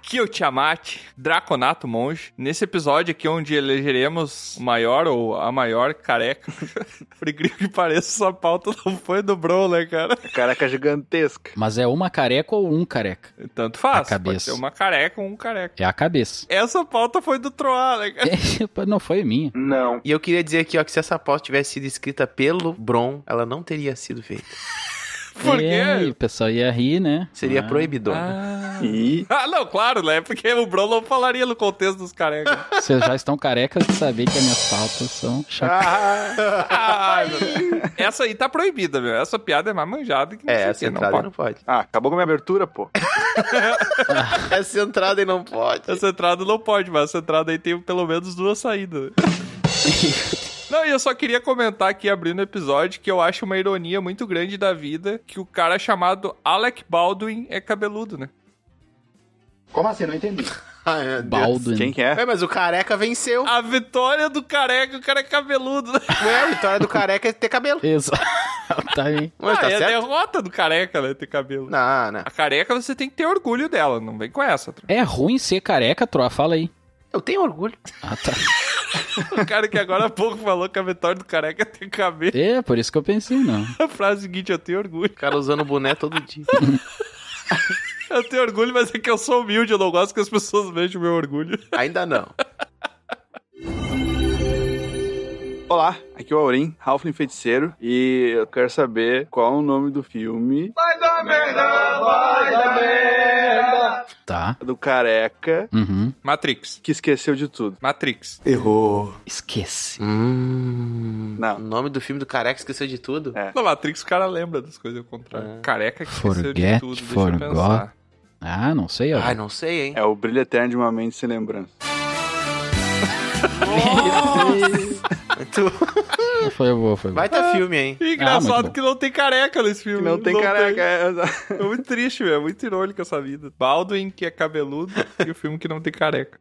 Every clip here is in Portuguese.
Aqui é o Tiamat, Draconato Monge. Nesse episódio aqui, onde elegeremos o maior ou a maior careca. Por incrível que pareça, essa pauta não foi do Bron, né, cara? Careca gigantesca. Mas é uma careca ou um careca? Tanto faz. A cabeça. Pode ser uma careca ou um careca. É a cabeça. Essa pauta foi do Troá, né, cara? Não foi minha. Não. E eu queria dizer aqui, ó, que se essa pauta tivesse sido escrita pelo Bron, ela não teria sido feita. Por quê? E o pessoal ia rir, né? Seria proibidona. Não, claro, né? Porque o Bron não falaria no contexto dos carecas. Vocês já estão carecas de saber que as minhas pautas são Essa aí tá proibida, meu. Essa piada é mais manjada que não sei o Essa quê, entrada pode. não pode. Acabou com a minha abertura, pô. Essa entrada aí não pode. Essa entrada não pode, mas essa entrada aí tem pelo menos duas saídas. Não, e eu só queria comentar aqui, abrindo o episódio, que eu acho uma ironia muito grande da vida que o cara chamado Alec Baldwin é cabeludo, né? Como assim? Não entendi. Ai, meu Deus. Baldwin. Quem que é? Mas o careca venceu. A vitória do careca, o cara é cabeludo. Né? Ué, a vitória do careca é ter cabelo. Exato. Tá bem. Mas tá É a certo? derrota do careca, né, ter cabelo. Não, não. A careca você tem que ter orgulho dela, não vem com essa. É ruim ser careca, Troa? Fala aí. Eu tenho orgulho. Ah, tá. O cara que agora há pouco falou que a vitória do careca é ter cabelo. É, por isso que eu pensei, não. A frase seguinte, eu tenho orgulho. O cara usando boné todo dia. Eu tenho orgulho, mas é que eu sou humilde, eu não gosto que as pessoas vejam o meu orgulho. Ainda não. Olá, aqui é o Aurim, Halfling Feiticeiro, e eu quero saber qual é o nome do filme Tá. do careca Uhum. Matrix. que esqueceu de tudo. Matrix. Errou. Esquece. O Não. nome do filme do careca esqueceu de tudo? É. Na Matrix o cara lembra das coisas ao contrário. Careca que esqueceu de Forget, tudo, deixa eu forgot. pensar. Ah, não sei, ó. Ai, não sei, hein? É o brilho eterno de uma mente sem lembrança. Foi boa, foi boa. Vai tá filme, hein? E engraçado muito bom. que não tem careca nesse filme. Não tem careca. É muito triste, velho. É muito irônico essa vida. Baldwin, que é cabeludo, e o filme que não tem careca.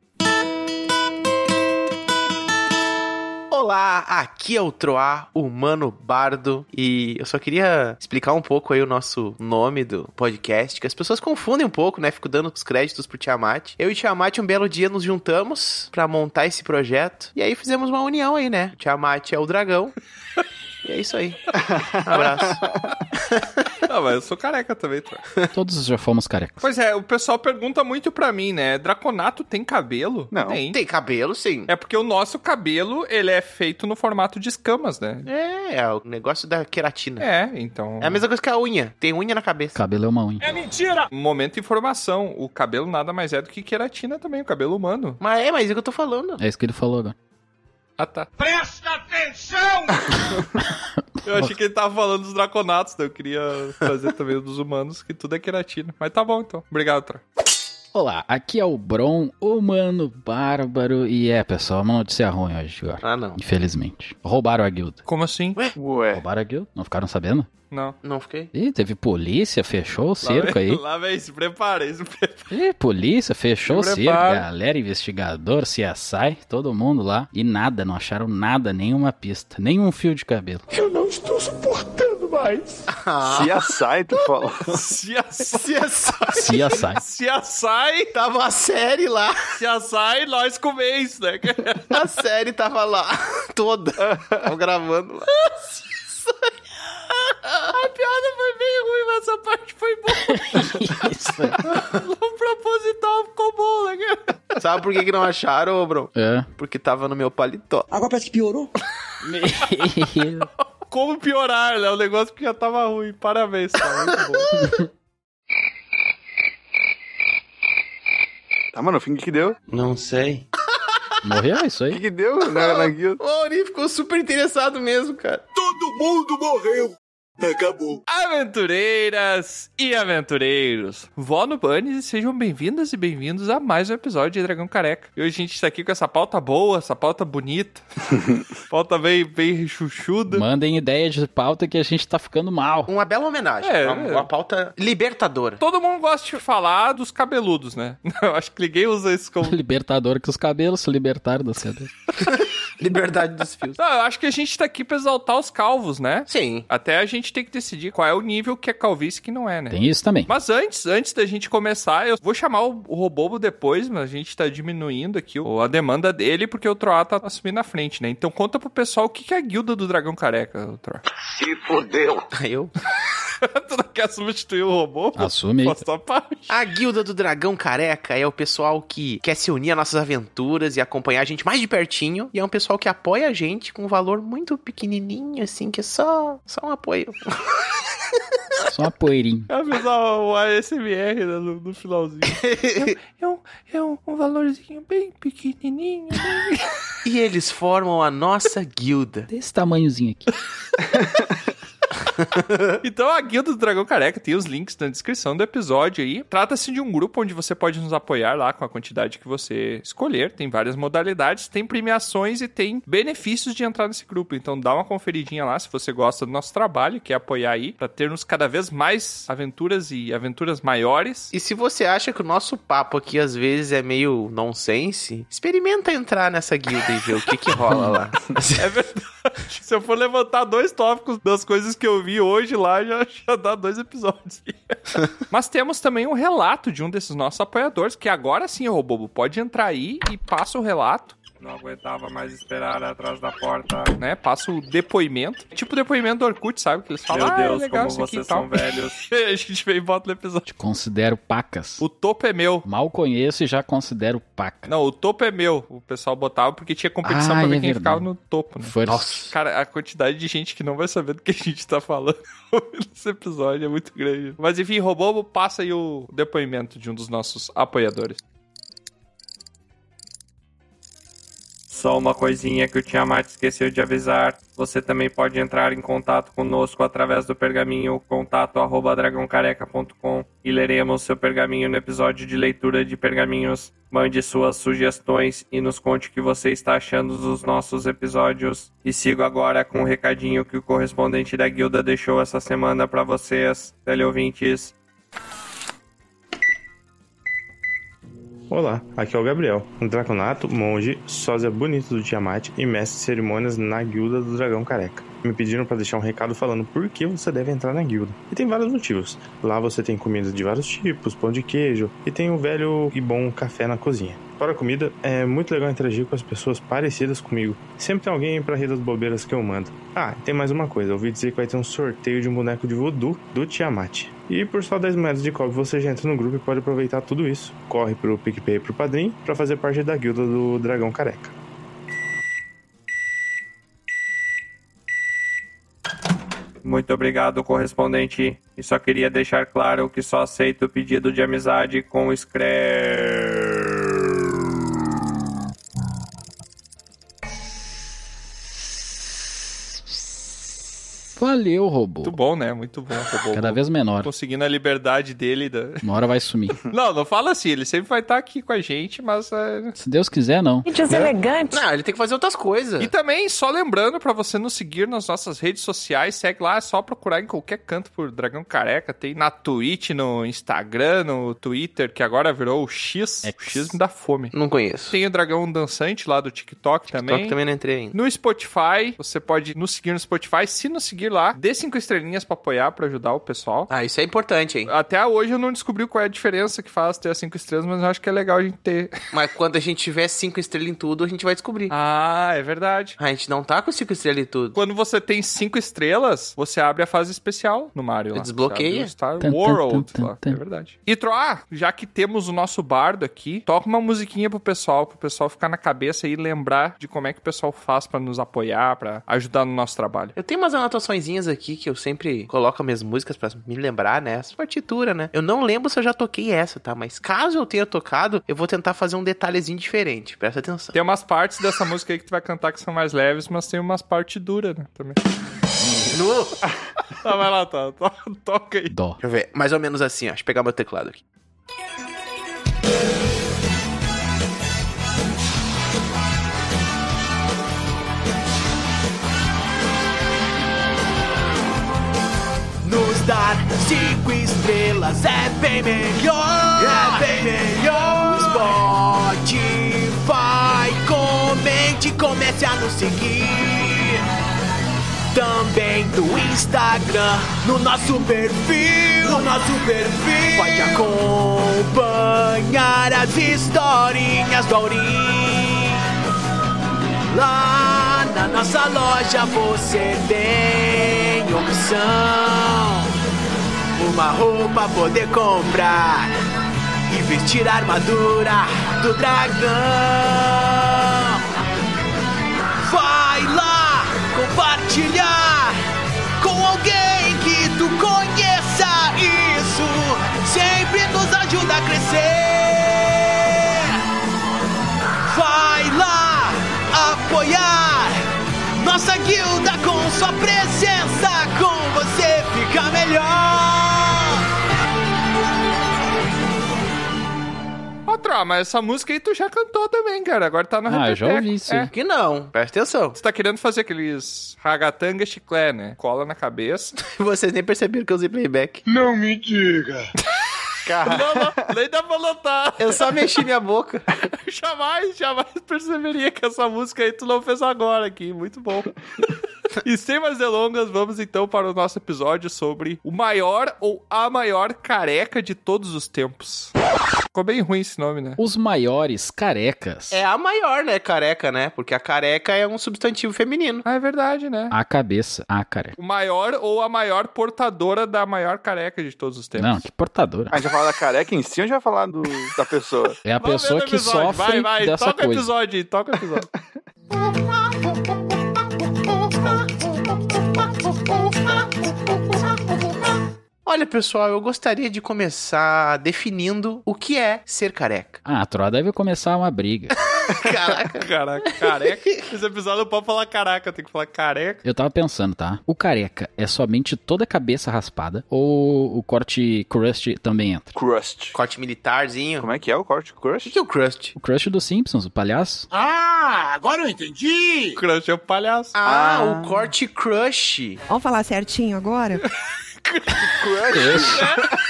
Olá, aqui é o Troá, humano bardo, e eu só queria explicar um pouco aí o nosso nome do podcast, que as pessoas confundem um pouco, né? Fico dando os créditos pro Tiamat. Eu e o Tiamat, um belo dia, nos juntamos pra montar esse projeto, e aí fizemos uma união aí, né? O Tiamat é o dragão, e é isso aí. Um abraço. Não, mas eu sou careca também, Troy. Todos já fomos carecas. Pois é, o pessoal pergunta muito pra mim, né? Draconato tem cabelo? Não. Tem cabelo, sim. É porque o nosso cabelo, ele é feito no formato de escamas, né? É o negócio da queratina. É, então... É a mesma coisa que a unha. Tem unha na cabeça. Cabelo é uma unha. Momento de informação. O cabelo nada mais é do que queratina também, o cabelo humano. Mas é o que eu tô falando. É isso que ele falou agora. Ah, tá. Presta atenção! Eu achei que ele tava falando dos draconatos, né? Eu queria fazer também o dos humanos, que tudo é queratina. Mas tá bom, então. Obrigado, Troy. Olá, aqui é o Bron, humano bárbaro. E pessoal, uma notícia ruim hoje, agora. Ah, não. Infelizmente. Roubaram a guilda. Como assim? Ué. Roubaram a guilda? Não ficaram sabendo? Não. Não fiquei. Ih, teve polícia, fechou o cerco aí. Lá vem, se prepara. Ih, polícia, fechou o Se cerco. prepara. Galera, investigador, CSI, todo mundo lá. E nada, não acharam nada, nenhuma pista, nenhum fio de cabelo. Eu não estou suportando mais. Se assai, tu falou. Se assai. CSI. Se assai, Tava a série lá. se assai, nós comemos, né? A série tava lá. Toda. Tava gravando lá. A piada foi bem ruim, mas essa parte foi boa. Isso. O proposital ficou bom, né? Sabe por que não acharam, ô, Bron? É. Porque tava no meu paletó. Agora parece que piorou. Como piorar, né? O negócio que já tava ruim. Parabéns, tá muito bom. Tá, mano, o fim que deu? Não sei. Morreu, é isso O aí. que deu na guilda? O Auri ficou super interessado mesmo, cara. Todo mundo morreu. Acabou. Aventureiras e aventureiros, vó no Bunny, sejam bem-vindas e bem-vindos a mais um episódio de Dragão Careca. E hoje a gente tá aqui com essa pauta boa, essa pauta bonita, pauta bem chuchuda. Mandem ideia de pauta que a gente tá ficando mal. Uma bela homenagem. Uma pauta libertadora. Todo mundo gosta de falar dos cabeludos, né? Eu acho que ninguém usa isso como... Libertador que os cabelos se libertaram da seda. Liberdade dos fios. Não, eu acho que a gente tá aqui pra exaltar os calvos, né? Sim. Até a gente gente tem que decidir qual é o nível que é calvície e que não é, né? Tem isso também. Mas antes da gente começar, eu vou chamar o Robobo depois, mas a gente tá diminuindo aqui a demanda dele, porque o Troá tá assumindo na frente, né? Então conta pro pessoal o que é a guilda do Dragão Careca, Troá. Se fodeu. Eu? Tu não quer substituir o robô? Assume aí. Posso tua parte. A Guilda do Dragão Careca é o pessoal que quer se unir às nossas aventuras e acompanhar a gente mais de pertinho. E é um pessoal que apoia a gente com um valor muito pequenininho, assim, que é só um apoio. Só uma poeirinha. Eu fiz o ASMR né, no finalzinho. É um valorzinho bem pequenininho. E eles formam a nossa guilda. Desse tamanhozinho aqui. Então a Guilda do Dragão Careca tem os links na descrição do episódio aí. Trata-se de um grupo onde você pode nos apoiar lá com a quantidade que você escolher. Tem várias modalidades, tem premiações e tem benefícios de entrar nesse grupo. Então dá uma conferidinha lá se você gosta do nosso trabalho, quer apoiar aí, pra termos cada vez mais aventuras e aventuras maiores. E se você acha que o nosso papo aqui às vezes é meio nonsense, experimenta entrar nessa guilda e ver o que rola lá. É verdade. Se eu for levantar 2 tópicos das coisas que eu vi hoje lá, já dá 2 episódios. Mas temos também um relato de um desses nossos apoiadores, que agora sim, o Robobo, pode entrar aí e passa o relato. Não aguentava mais esperar atrás da porta. Né? Passa o depoimento. Tipo o depoimento do Orkut, sabe? Que eles falam, Meu Deus, é legal como isso aqui vocês e tal. são velhos. A gente vem e bota no episódio. Te considero pacas. O topo é meu. Mal conheço e já considero paca. Não, o topo é meu. O pessoal botava porque tinha competição pra ver quem ficava no topo, né? Nossa. Cara, a quantidade de gente que não vai saber do que a gente tá falando nesse episódio é muito grande. Mas enfim, Robobo, passa aí o depoimento de um dos nossos apoiadores. Só uma coisinha que o Tiamat esqueceu de avisar. Você também pode entrar em contato conosco através do pergaminho contato@dragãocareca.com e leremos seu pergaminho no episódio de leitura de pergaminhos. Mande suas sugestões e nos conte o que você está achando dos nossos episódios. E sigo agora com um recadinho que o correspondente da guilda deixou essa semana para vocês, teleouvintes. Olá, aqui é o Gabriel, um draconato, monge, sósia bonito do Tiamat e mestre de cerimônias na Guilda do Dragão Careca. Me pediram para deixar um recado falando por que você deve entrar na guilda. E tem vários motivos. Lá você tem comida de vários tipos, pão de queijo e tem um velho e bom café na cozinha. Fora a comida, é muito legal interagir com as pessoas parecidas comigo. Sempre tem alguém pra rir das bobeiras que eu mando. Ah, e tem mais uma coisa. Eu ouvi dizer que vai ter um sorteio de um boneco de voodoo do Tiamat. E por só 10 moedas de cobre você já entra no grupo e pode aproveitar tudo isso. Corre pro PicPay e pro Padrim pra fazer parte da Guilda do Dragão Careca. Muito obrigado, correspondente. E só queria deixar claro que só aceito o pedido de amizade com Valeu, robô. Muito bom, né? Muito bom. Robô. Cada vez menor. Conseguindo a liberdade dele. Uma hora vai sumir. Não fala assim. Ele sempre vai estar aqui com a gente, mas... Se Deus quiser, não. Gente, elegante. Não, ele tem que fazer outras coisas. E também, só lembrando pra você nos seguir nas nossas redes sociais, segue lá, é só procurar em qualquer canto por Dragão Careca. Tem na Twitch, no Instagram, no Twitter, que agora virou o X. O X me dá fome. Não conheço. Tem o Dragão Dançante lá do TikTok também. TikTok também não entrei ainda. No Spotify, você pode nos seguir no Spotify. Se nos seguir lá, dê 5 estrelinhas pra apoiar, pra ajudar o pessoal. Ah, isso é importante, hein? Até hoje eu não descobri qual é a diferença que faz ter as 5 estrelas, mas eu acho que é legal a gente ter. Mas quando a gente tiver 5 estrelas em tudo, a gente vai descobrir. Ah, é verdade. A gente não tá com 5 estrelas em tudo. Quando você tem 5 estrelas, você abre a fase especial no Mario lá. Desbloqueia. Star World lá. É verdade. E Troá, já que temos o nosso bardo aqui, toca uma musiquinha pro pessoal ficar na cabeça e lembrar de como é que o pessoal faz pra nos apoiar, pra ajudar no nosso trabalho. Eu tenho umas anotaçõezinhas aqui que eu sempre coloco minhas músicas pra me lembrar, né? Essa partitura, né? Eu não lembro se eu já toquei essa, tá? Mas caso eu tenha tocado, eu vou tentar fazer um detalhezinho diferente. Presta atenção. Tem umas partes dessa música aí que tu vai cantar que são mais leves, mas tem umas partes duras, né? Também. Tá, vai lá, tá. Toca aí. Dó. Deixa eu ver. Mais ou menos assim, ó. Deixa eu pegar meu teclado aqui. Nos dar 5 estrelas é bem melhor. É bem melhor. Spotify, comente, comece a nos seguir. também do Instagram, no nosso perfil, pode acompanhar as historinhas do Aurim. Lá na nossa loja você tem opção, uma roupa poder comprar e vestir a armadura do dragão. Vai lá compartilhar com alguém que tu conheça. Isso sempre nos ajuda a crescer. Vai lá apoiar nossa guilda com sua presença. Com você fica melhor. Ó, mas essa música aí tu já cantou também, cara. Agora tá no Ah, eu já repeteco. ouvi isso. É. Que não, presta atenção. Você tá querendo fazer aqueles ragatanga chiclé, né? Cola na cabeça. Vocês nem perceberam que eu usei playback. Não me diga. Não, nem dá pra notar. Eu só mexi minha boca. Jamais perceberia que essa música aí tu não fez agora aqui. Muito bom. E sem mais delongas, vamos então para o nosso episódio sobre o maior ou a maior careca de todos os tempos. Ficou bem ruim esse nome, né? Os maiores carecas. É a maior, né, careca, né? Porque a careca é um substantivo feminino. Ah, é verdade, né? A cabeça, a careca. O maior ou a maior portadora da maior careca de todos os tempos. Não, que portadora. A gente vai falar da careca em si ou a gente vai falar da pessoa? É a Vamos pessoa ver no que episódio. sofre Vai, dessa toca o coisa. episódio aí, toca o episódio. Olha, pessoal, eu gostaria de começar definindo o que é ser careca. Ah, a Troa deve começar uma briga. Caraca. Caraca, careca. Esse episódio não pode falar caraca, tem que falar careca. Eu tava pensando, tá? O careca é somente toda a cabeça raspada ou o corte crust também entra? Crust. Corte militarzinho. Como é que é o corte O crust? que é o crust? O crush dos Simpsons, o palhaço? Ah, agora eu entendi. Crush é o palhaço. O corte crush. Vamos falar certinho agora? Crust?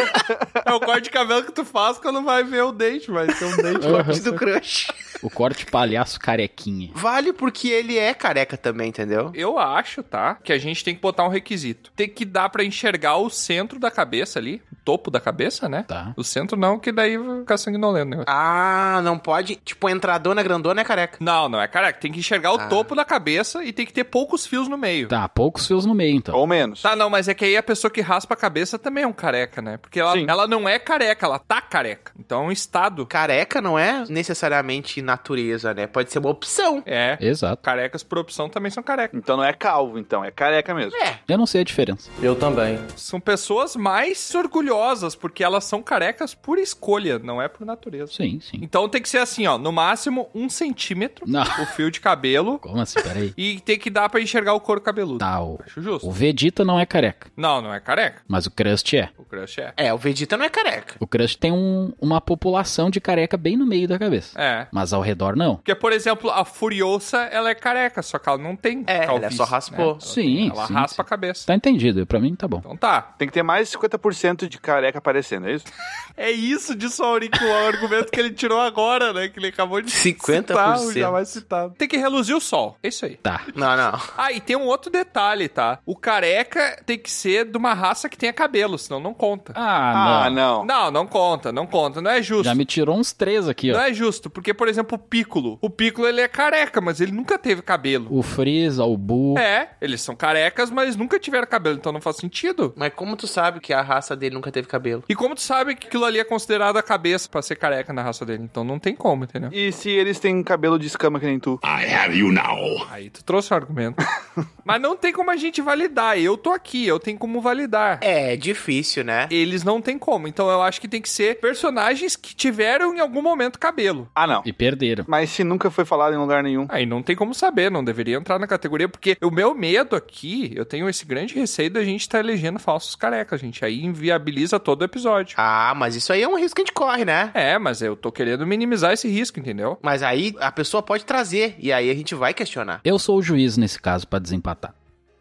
É o corte de cabelo que tu faz quando vai ver o dente, vai ter um dente lá. Corte do crush. O corte palhaço carequinha. Vale porque ele é careca também, entendeu? Eu acho, tá? Que a gente tem que botar um requisito. Tem que dar pra enxergar o centro da cabeça ali, o topo da cabeça, né? Tá. O centro não, que daí vai ficar sanguinolento o negócio. Ah, não pode. Tipo, entradona grandona é careca. Não é careca. Tem que enxergar o topo da cabeça e tem que ter poucos fios no meio. Tá, poucos fios no meio, então. Ou menos. Tá, não, mas é que aí a pessoa que raspa a cabeça também é um careca, né? Porque Sim. ela não é careca, ela tá careca. Então é um estado. Careca não é necessariamente natureza, né? Pode ser uma opção. É. Exato. Carecas por opção também são carecas. Então não é calvo, então. É careca mesmo. Eu não sei a diferença. Eu também. São pessoas mais orgulhosas, porque elas são carecas por escolha, não é por natureza. Sim, sim. Então tem que ser assim, ó, no máximo 1 centímetro Não. o fio de cabelo Como assim? Peraí. e tem que dar pra enxergar o couro cabeludo. Tá, Acho justo. o Vegeta não é careca, Não é careca. mas o Krusty é. O crush é. É, o Vegeta não é careca. O Krusty tem uma população de careca bem no meio da cabeça. É. Mas ao redor, não. Porque, por exemplo, a Furiosa, ela é careca, só que ela não tem Ela só raspou. Né? Sim, Ela sim, raspa sim. a cabeça. Tá entendido, pra mim tá bom. Então tá. Tem que ter mais de 50% de careca aparecendo, é isso? É isso de Saurico, o argumento que ele tirou agora, né? Que ele acabou de 50%. citar, o jamais citado. Tem que reluzir o sol. É isso aí. Tá. Não. Ah, e tem um outro detalhe, tá? O careca tem que ser de uma raça que tenha cabelo, senão não conta. Ah, não. não. Não conta. Não é justo. Já me tirou uns 3 aqui, Não ó. é justo, porque, por exemplo, o Piccolo. O Piccolo, ele é careca, mas ele nunca teve cabelo. O Freeza, o Buu. É, eles são carecas, mas nunca tiveram cabelo, então não faz sentido. Mas como tu sabe que a raça dele nunca teve cabelo? E como tu sabe que aquilo ali é considerado a cabeça pra ser careca na raça dele? Então não tem como, entendeu? E se eles têm cabelo de escama que nem tu? I have you now. Aí tu trouxe o argumento. Mas não tem como a gente validar. Eu tô aqui, eu tenho como validar. É difícil, né? Eles não tem como. Então eu acho que tem que ser personagens que tiveram em algum momento cabelo. Ah, não. E perderam. Mas se nunca foi falado em lugar nenhum. Aí não tem como saber, não deveria entrar na categoria, porque o meu medo aqui, eu tenho esse grande receio da gente estar elegendo falsos carecas, gente. Aí inviabiliza todo o episódio. Ah, mas isso aí é um risco que a gente corre, né? É, mas eu tô querendo minimizar esse risco, entendeu? Mas aí a pessoa pode trazer, e aí a gente vai questionar. Eu sou o juiz nesse caso pra desempatar.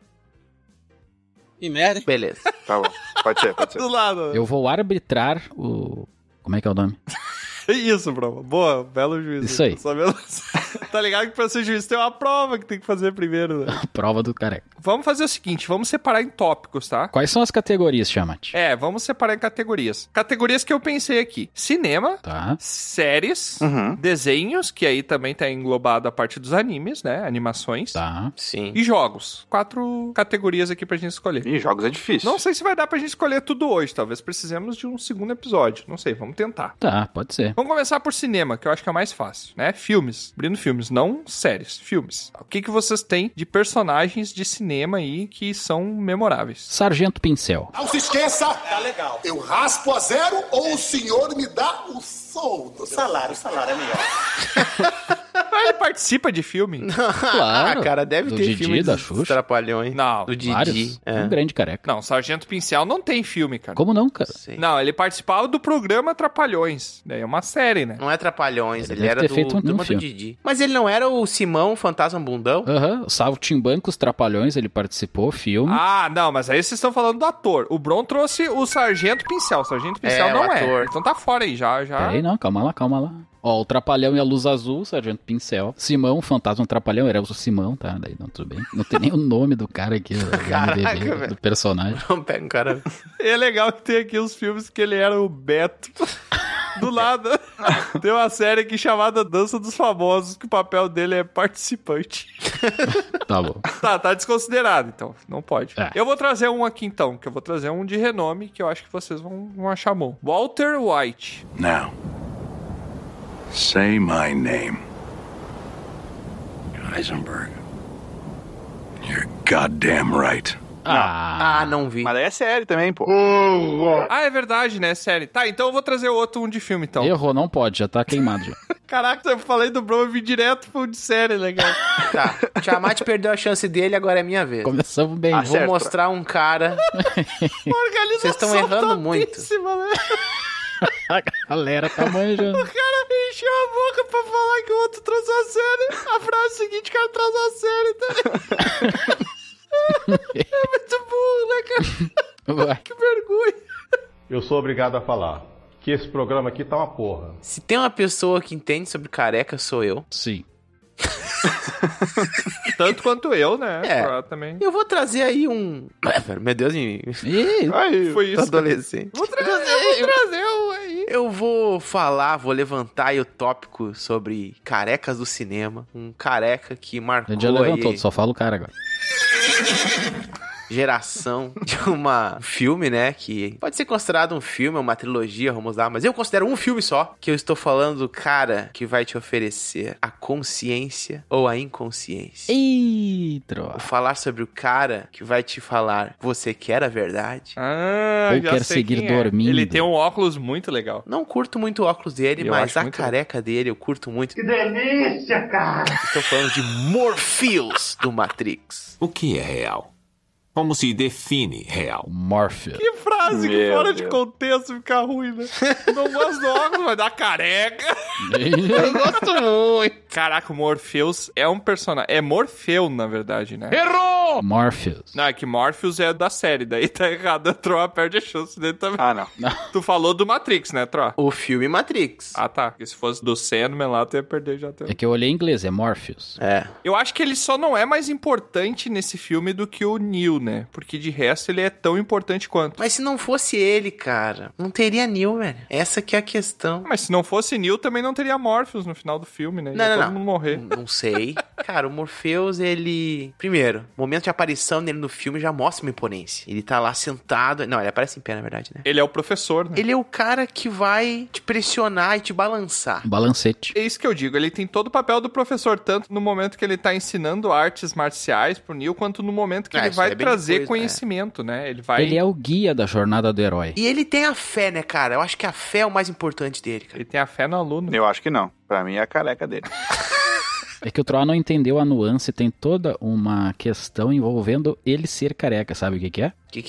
Que merda, hein? Beleza. Tá bom. Pode ser. Do lado. Eu vou arbitrar o... Como é que é o nome? Isso, bro. Boa, belo juízo. Isso aí. Tô sabendo. Tá ligado que pra ser juiz tem uma prova que tem que fazer primeiro, né? Prova do careca. Vamos fazer o seguinte, vamos separar em tópicos, tá? Quais são as categorias, Tiamat? Vamos separar em categorias. Categorias que eu pensei aqui. Cinema, Tá. séries, desenhos, que aí também tá englobado a parte dos animes, né? Animações. Tá. Sim. E jogos. 4 categorias aqui pra gente escolher. Ih, jogos é difícil. Não sei se vai dar pra gente escolher tudo hoje. Talvez precisemos de um segundo episódio. Não sei, vamos tentar. Tá, pode ser. Vamos começar por cinema, que eu acho que é o mais fácil, né? Filmes. Abrindo filmes, não séries. Filmes. O que vocês têm de personagens de cinema aí que são memoráveis? Sargento Pincel. Não se esqueça. Tá legal. Eu raspo a zero ou o senhor me dá o soldo. O salário é melhor. Ele participa de filme? Claro. Cara, deve Do ter Didi, filme da dos Xuxa. Trapalhões. Não. Do Didi. Vários. É. Um grande careca. Não, Sargento Pincel não tem filme, cara. Como não, cara? Sei. Não, ele participava do programa Trapalhões. Daí é uma série, né? Não é Trapalhões, Ele ele deve era ter do feito um Turma do filme. Didi. Mas ele não era o Simão Fantasma Bundão? Aham. Saltimbancos Trapalhões, ele participou, filme. Ah, não, mas aí vocês estão falando do ator. O Bron trouxe o Sargento Pincel. O Sargento Pincel É, não o é. ator. Então tá fora aí, já. Peraí, não, calma lá. Ó, o Trapalhão e a Luz Azul, Sargento Pincel. Simão, Fantasma Trapalhão, era o Simão, tá? Daí não, tudo bem. Não tem nem o nome do cara aqui, Caraca, do velho. personagem. Não pega um cara. É legal que tem aqui os filmes que ele era o Beto. Do lado, tem uma série aqui chamada Dança dos Famosos, que o papel dele é participante. Tá bom. Tá desconsiderado, então. Não pode. É. Eu vou trazer um aqui, então, que eu vou trazer um de renome, que eu acho que vocês vão achar bom. Walter White. Now, say my name. Heisenberg. You're goddamn right. Ah, não vi. Mas daí é série também, pô. Ah, é verdade, né? Série. Tá, então eu vou trazer outro, um de filme, então. Errou, não pode, já tá queimado já. Caraca, eu falei do Bro, eu vim direto pro de série, legal. Tá, o Tiamat perdeu a chance dele, agora é minha vez. Começamos bem. Ah, Vou certo. mostrar um cara. Organização Vocês estão errando muito. topíssima, né? A galera tá manjando. O cara encheu a boca pra falar que o outro trouxe a série. A frase seguinte, o cara traz a série, tá? É muito burro, né, cara? Vai. Que vergonha. Eu sou obrigado a falar que esse programa aqui tá uma porra. Se tem uma pessoa que entende sobre careca, sou eu. Sim. Tanto quanto eu, né? É. Pra também. Eu vou trazer aí um... Meu Deus, Ih, Aí, Foi isso. adolescente. Vou trazer um aí. Eu vou levantar aí o tópico sobre carecas do cinema. Um careca que a marcou gente já levantou, aí só fala o cara agora. geração de um filme, né? Que pode ser considerado um filme, uma trilogia, vamos lá. Mas eu considero um filme só. Que eu estou falando do cara que vai te oferecer a consciência ou a inconsciência. Ih, Vou droga. falar sobre o cara que vai te falar: você quer a verdade? Ah, Ou já quer sei seguir quem é. dormindo. Ele tem um óculos muito legal. Não curto muito o óculos dele, Eu mas acho a muito careca dele eu curto muito. Que delícia, cara. Estou falando de Morpheus do Matrix. O que é real? Como se define real? Morpheus. Que frase que Meu fora de Deus. contexto fica ruim, né? Não gosto do óculos, mas da careca. Eu gosto muito. Caraca, o Morpheus é um personagem. É Morfeu, na verdade, né? Morpheus. Não, é que Morpheus é da série, daí tá errado. A Troa perde a chance dele também. Ah, não. Tu falou do Matrix, né, Troa? O filme Matrix. Ah, tá. Porque se fosse do Sandman lá, tu ia perder já. É que eu olhei em inglês, é Morpheus. É. Eu acho que ele só não é mais importante nesse filme do que o Neo, né? Porque de resto ele é tão importante quanto. Mas se não fosse ele, cara, não teria Neo, velho. Essa que é a questão. Mas se não fosse Neo, também não teria Morpheus no final do filme, né? Ia Não, todo não. mundo morrer. Não sei. Cara, o Morpheus, ele... Primeiro, o momento de aparição dele no filme já mostra uma imponência. Ele tá lá sentado... Não, ele aparece em pé, na verdade, né? Ele é o professor, né? Ele é o cara que vai te pressionar e te balançar. Balancete. É isso que eu digo, ele tem todo o papel do professor, tanto no momento que ele tá ensinando artes marciais pro Neo, quanto no momento que ele isso vai é bem trazer depois, conhecimento, né? Ele vai... Ele é o guia da jornada do herói. E ele tem a fé, né, cara? Eu acho que a fé é o mais importante dele, cara. Ele tem a fé no aluno. Eu acho que não. Pra mim é a careca dele. É que o Troá não entendeu a nuance, tem toda uma questão envolvendo ele ser careca, sabe o que que é? O que é?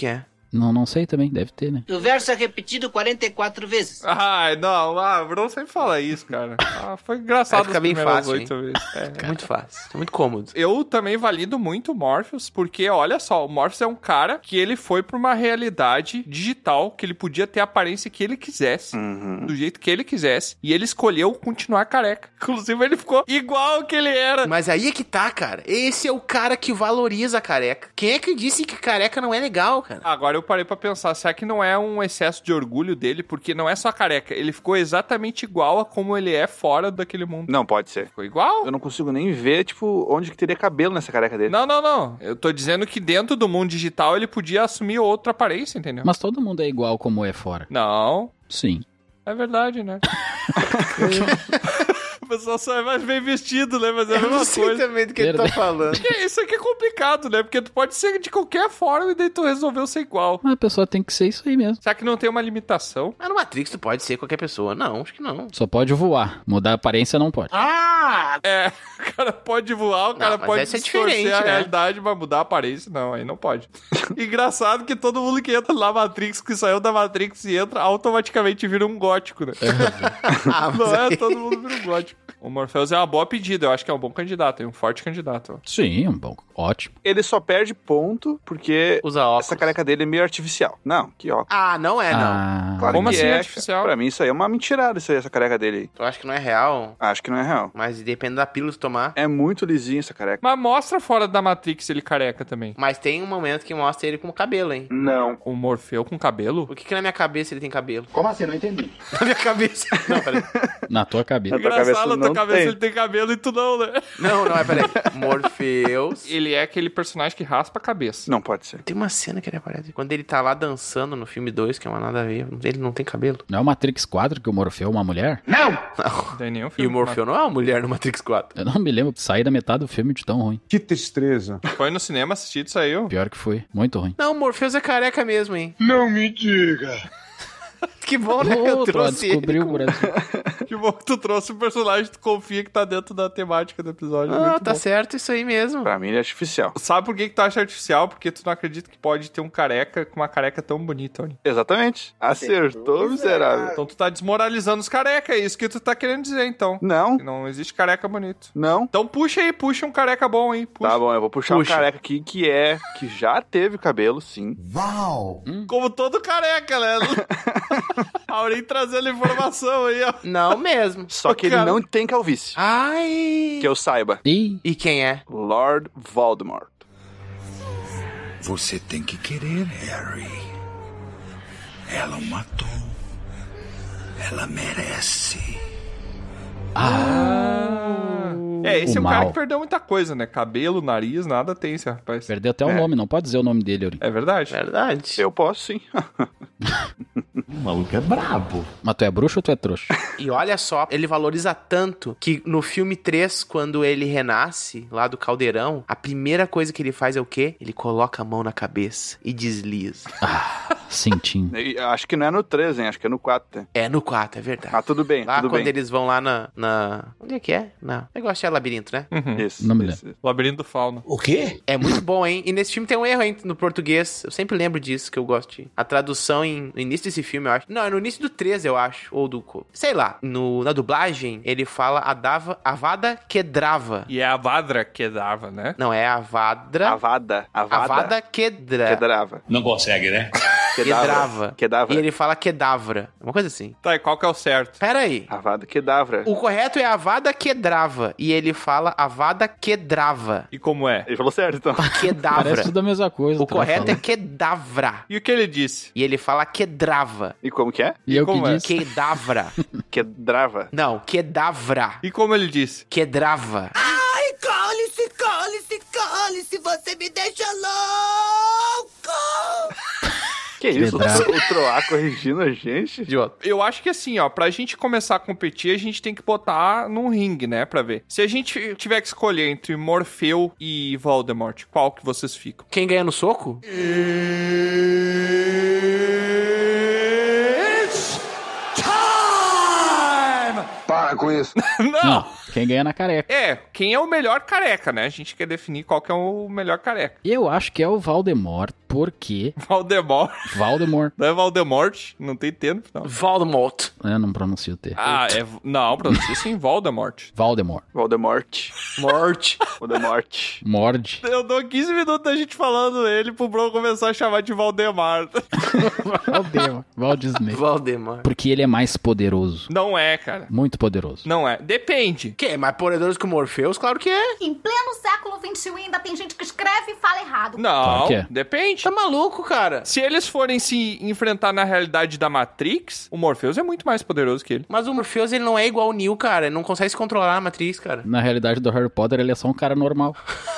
Não sei também, deve ter, né? O verso é repetido 44 vezes. Ai, não, Bruno sempre fala isso, cara. Foi engraçado. Fica bem fácil, 8 vezes. É muito fácil, é muito cômodo. Eu também valido muito o Morpheus, porque, olha só, o Morpheus é um cara que ele foi pra uma realidade digital, que ele podia ter a aparência que ele quisesse, do jeito que ele quisesse, e ele escolheu continuar careca. Inclusive, ele ficou igual que ele era. Mas aí é que tá, cara. Esse é o cara que valoriza a careca. Quem é que disse que careca não é legal, cara? Agora eu parei pra pensar, será que não é um excesso de orgulho dele? Porque não é só careca, ele ficou exatamente igual a como ele é fora daquele mundo. Não, pode ser. Ficou igual? Eu não consigo nem ver, tipo, onde que teria cabelo nessa careca dele. Não. Eu tô dizendo que dentro do mundo digital ele podia assumir outra aparência, entendeu? Mas todo mundo é igual como é fora. Não. Sim. É verdade, né? O pessoal só é mais bem vestido, né? Mas é a mesma coisa. Eu não sei também do que ele tá falando. Isso aqui é complicado, né? Porque tu pode ser de qualquer forma e daí tu resolveu ser igual. Mas a pessoa tem que ser isso aí mesmo. Será que não tem uma limitação? Mas no Matrix tu pode ser qualquer pessoa. Não, acho que não. Só pode voar. Mudar a aparência não pode. O cara pode voar, o cara pode distorcer a realidade, mas mudar a aparência, não, aí não pode. Engraçado que todo mundo que entra na Matrix, que saiu da Matrix e entra, automaticamente vira um gótico, né? Todo mundo vira um gótico. O Morpheus é uma boa pedida, eu acho que é um bom candidato, é um forte candidato. Sim, um bom, ótimo. Ele só perde ponto porque usa óculos. Essa careca dele é meio artificial. Não, que óculos. Não é, não. Claro Como que assim é artificial? Pra mim isso aí é uma mentirada, essa careca dele aí. Tu acha que não é real? Acho que não é real. Mas depende da pílula que tomar. É muito lisinho essa careca. Mas mostra fora da Matrix ele careca também. Mas tem um momento que mostra ele com cabelo, hein? Não. O Morfeu com cabelo? Por que na minha cabeça ele tem cabelo? Como assim? Não entendi. Na minha cabeça. Não, peraí. Na tua cabeça. Engraçado, na tua cabeça ele tem cabelo e tu não, né? Não, peraí. Morpheus. Ele é aquele personagem que raspa a cabeça. Não pode ser. Tem uma cena que ele aparece. Quando ele tá lá dançando no filme 2, que é uma nada a ver, ele não tem cabelo. Não é o Matrix 4 que o Morfeu é uma mulher? Não! Tem nenhum E filme. o Morfeu não é uma mulher no Matrix 4. Eu não me lembro. Saí da metade do filme de tão ruim. Que tristeza. Foi no cinema assistir e saiu. Pior que foi. Muito ruim. Não, o Morpheus é careca mesmo, hein? Não me diga. Que bom, né? Eu trouxe descobriu ele. o Brasil. Que bom que tu trouxe um personagem que tu confia que tá dentro da temática do episódio. Ah, tá certo isso aí mesmo. Pra mim ele é artificial. Sabe por que tu acha artificial? Porque tu não acredita que pode ter um careca com uma careca tão bonita, olha. Exatamente. Acertou, miserável. Então tu tá desmoralizando os carecas, é isso que tu tá querendo dizer, então. Não. Que não existe careca bonito. Não. Então puxa um careca bom aí. Puxa. Tá bom, eu vou puxar um careca aqui que já teve cabelo, sim. Uau. Como todo careca, né? Aurim trazendo informação aí, ó. Não mesmo. Só que ele não tem calvície. Ai. Que eu saiba. E quem é? Lord Voldemort. Você tem que querer, Harry. Ela o matou. Ela merece. Esse é um mal. cara que perdeu muita coisa, né? Cabelo, nariz, nada tem esse rapaz. Perdeu até o nome, não pode dizer o nome dele, Aurim. É verdade? Verdade. Eu posso, sim. O maluco é brabo. Mas tu é bruxo ou tu é trouxa? E olha só, ele valoriza tanto que no filme 3, quando ele renasce lá do caldeirão, a primeira coisa que ele faz é o quê? Ele coloca a mão na cabeça e desliza. Cintinho. Acho que não é no 3, hein? Acho que é no 4. É no 4, é verdade. Ah, tudo bem, Lá tudo quando bem. eles vão lá na... Onde é que é? Não. Negócio é labirinto, né? Isso. Não me lembro. Labirinto do Fauno. O quê? É muito bom, hein? E nesse filme tem um erro, hein? No português. Eu sempre lembro disso, que eu gosto de... A tradução no início desse filme, eu acho. Não, é no início do 13, eu acho. Ou do... Sei lá. Na dublagem, ele fala Avada Kedrava. E é a Vadra que dava, né? Não, é Avada Kedrava. Não consegue, né? Kedrava. Kedavra. E ele fala Kedavra. Uma coisa assim. Tá, e qual que é o certo? Pera aí. Avada Kedavra. O correto é Avada Kedrava. E ele fala Avada Kedrava. E como é? Ele falou certo, então. Kedavra. Parece tudo a mesma coisa. O correto é Kedavra. E o que ele disse? E ele fala Kedrava. E como que é? E eu que como é? disse. Kedavra. Kedrava. Não, Kedavra. E como ele disse? Kedrava. Ai, cale-se, você me deixa louco! Que isso? Kedrava. O Troá corrigindo a gente? Idiota. Eu acho que assim, ó, pra gente começar a competir, a gente tem que botar num ringue, né, pra ver. Se a gente tiver que escolher entre Morfeu e Voldemort, qual que vocês ficam? Quem ganha no soco? Para com isso. Não, quem ganha na careca. Quem é o melhor careca, né? A gente quer definir qual que é o melhor careca. Eu acho que é o Voldemort. porque Voldemort. Voldemort. Não é Voldemort? Não tem T no final. Voldemort. Eu não pronuncio o T. Ah, não, pronuncia sim, Voldemort. Voldemort. Voldemort. Voldemort. Morde. Eu dou 15 minutos da gente falando ele pro Bro começar a chamar de Valdemar. Valdemar. Walt Disney. Voldemort. Porque ele é mais poderoso. Não é, cara. Muito poderoso. Não é. Depende. Que é mais poderoso que o Morpheus? Claro que é. Em pleno século XXI ainda tem gente que escreve e fala errado. Não, Claro que é. depende. Tá maluco, cara? Se eles forem se enfrentar na realidade da Matrix, o Morpheus é muito mais poderoso que ele. Mas o Morpheus, ele não é igual o Neo, cara. Ele não consegue se controlar a Matrix, cara. Na realidade do Harry Potter, ele é só um cara normal.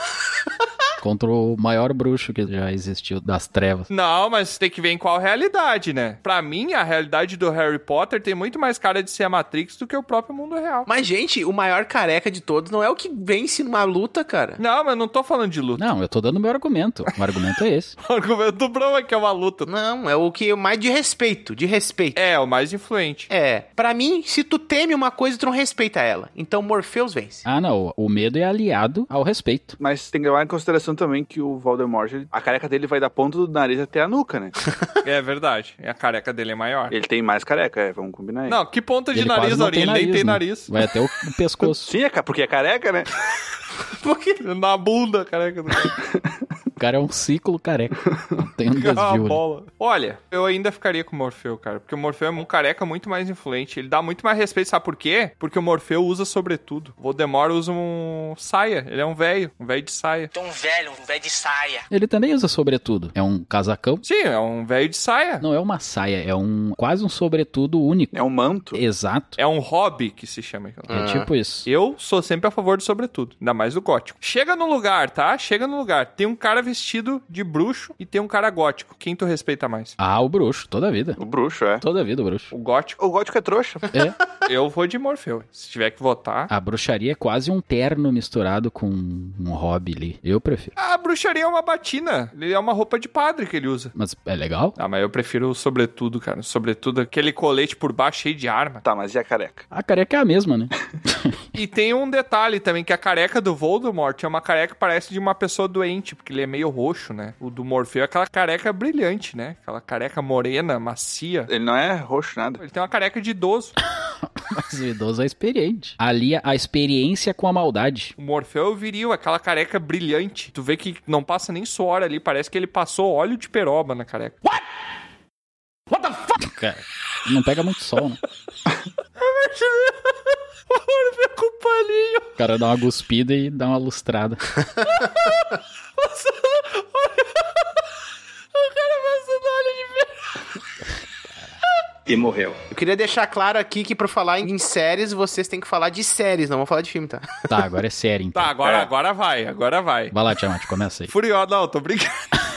Contra o maior bruxo que já existiu das trevas. Não, mas tem que ver em qual realidade, né? Pra mim, a realidade do Harry Potter tem muito mais cara de ser a Matrix do que o próprio mundo real. Mas, gente, o maior careca de todos não é o que vence numa luta, cara. Não, mas eu não tô falando de luta. Não, eu tô dando meu argumento. O argumento é esse. O argumento do Bro é que é uma luta. Não, é o que mais de respeito, É, o mais influente. É, pra mim, se tu teme uma coisa, tu não respeita ela. Então Morpheus vence. Ah, não. O medo é aliado ao respeito. Mas tem que levar em consideração também que o Voldemort, a careca dele vai da ponta do nariz até a nuca, né? É verdade. A careca dele é maior. Ele tem mais careca, vamos combinar aí. Não, que ponta de Ele nariz, quase não Aurinho? Ele nem tem né? nariz. Vai até o pescoço. Sim, porque é careca, né? Porque na bunda, careca. O cara é um ciclo careca. Não tem um Uma desvio ali. bola. Olha, eu ainda ficaria com o Morfeu, cara. Porque o Morfeu é um careca muito mais influente. Ele dá muito mais respeito. Sabe por quê? Porque o Morfeu usa sobretudo. O Voldemort usa um saia. Ele é um velho de saia. Tô um velho de saia. Ele também usa sobretudo. É um casacão. Sim, é um velho de saia. Não é uma saia, é quase um sobretudo único. É um manto. Exato. É um hobby que se chama. É tipo isso. Eu sou sempre a favor do sobretudo. Ainda mais do gótico. Chega no lugar, tá? Chega no lugar. Tem um cara vestido de bruxo e tem um cara gótico. Quem tu respeita mais? Ah, o bruxo, toda a vida. O bruxo, é. Toda a vida o bruxo. O gótico? O gótico é trouxa. É. Eu vou de Morfeu. Se tiver que votar. A bruxaria é quase um terno misturado com um hobby ali. Eu prefiro. A bruxaria é uma batina. Ele é uma roupa de padre que ele usa. Mas é legal? Ah, mas eu prefiro o sobretudo, cara. O sobretudo, aquele colete por baixo cheio de arma. Tá, mas e a careca? A careca é a mesma, né? E tem um detalhe também, que a careca do Voldemort é uma careca que parece de uma pessoa doente, porque ele é meio roxo, né? O do Morfeu é aquela careca brilhante, né? Aquela careca morena, macia. Ele não é roxo nada. Ele tem uma careca de idoso. Mas o idoso é experiente. Ali a experiência com a maldade. O Morfeu é o viril, aquela careca brilhante. Tu vê que não passa nem suor ali, parece que ele passou óleo de peroba na careca. What the fuck? Cara, não pega muito sol, né? O Morfeu com o paninho. O cara dá uma cuspida e dá uma lustrada. O cara passando óleo de peroba. E morreu. Eu queria deixar claro aqui que pra falar em séries, vocês têm que falar de séries, não vou falar de filme, tá? Tá, agora é série, então. Tá, agora vai. Vai lá, Tiamat, começa aí. Furiosa, não, tô brincando.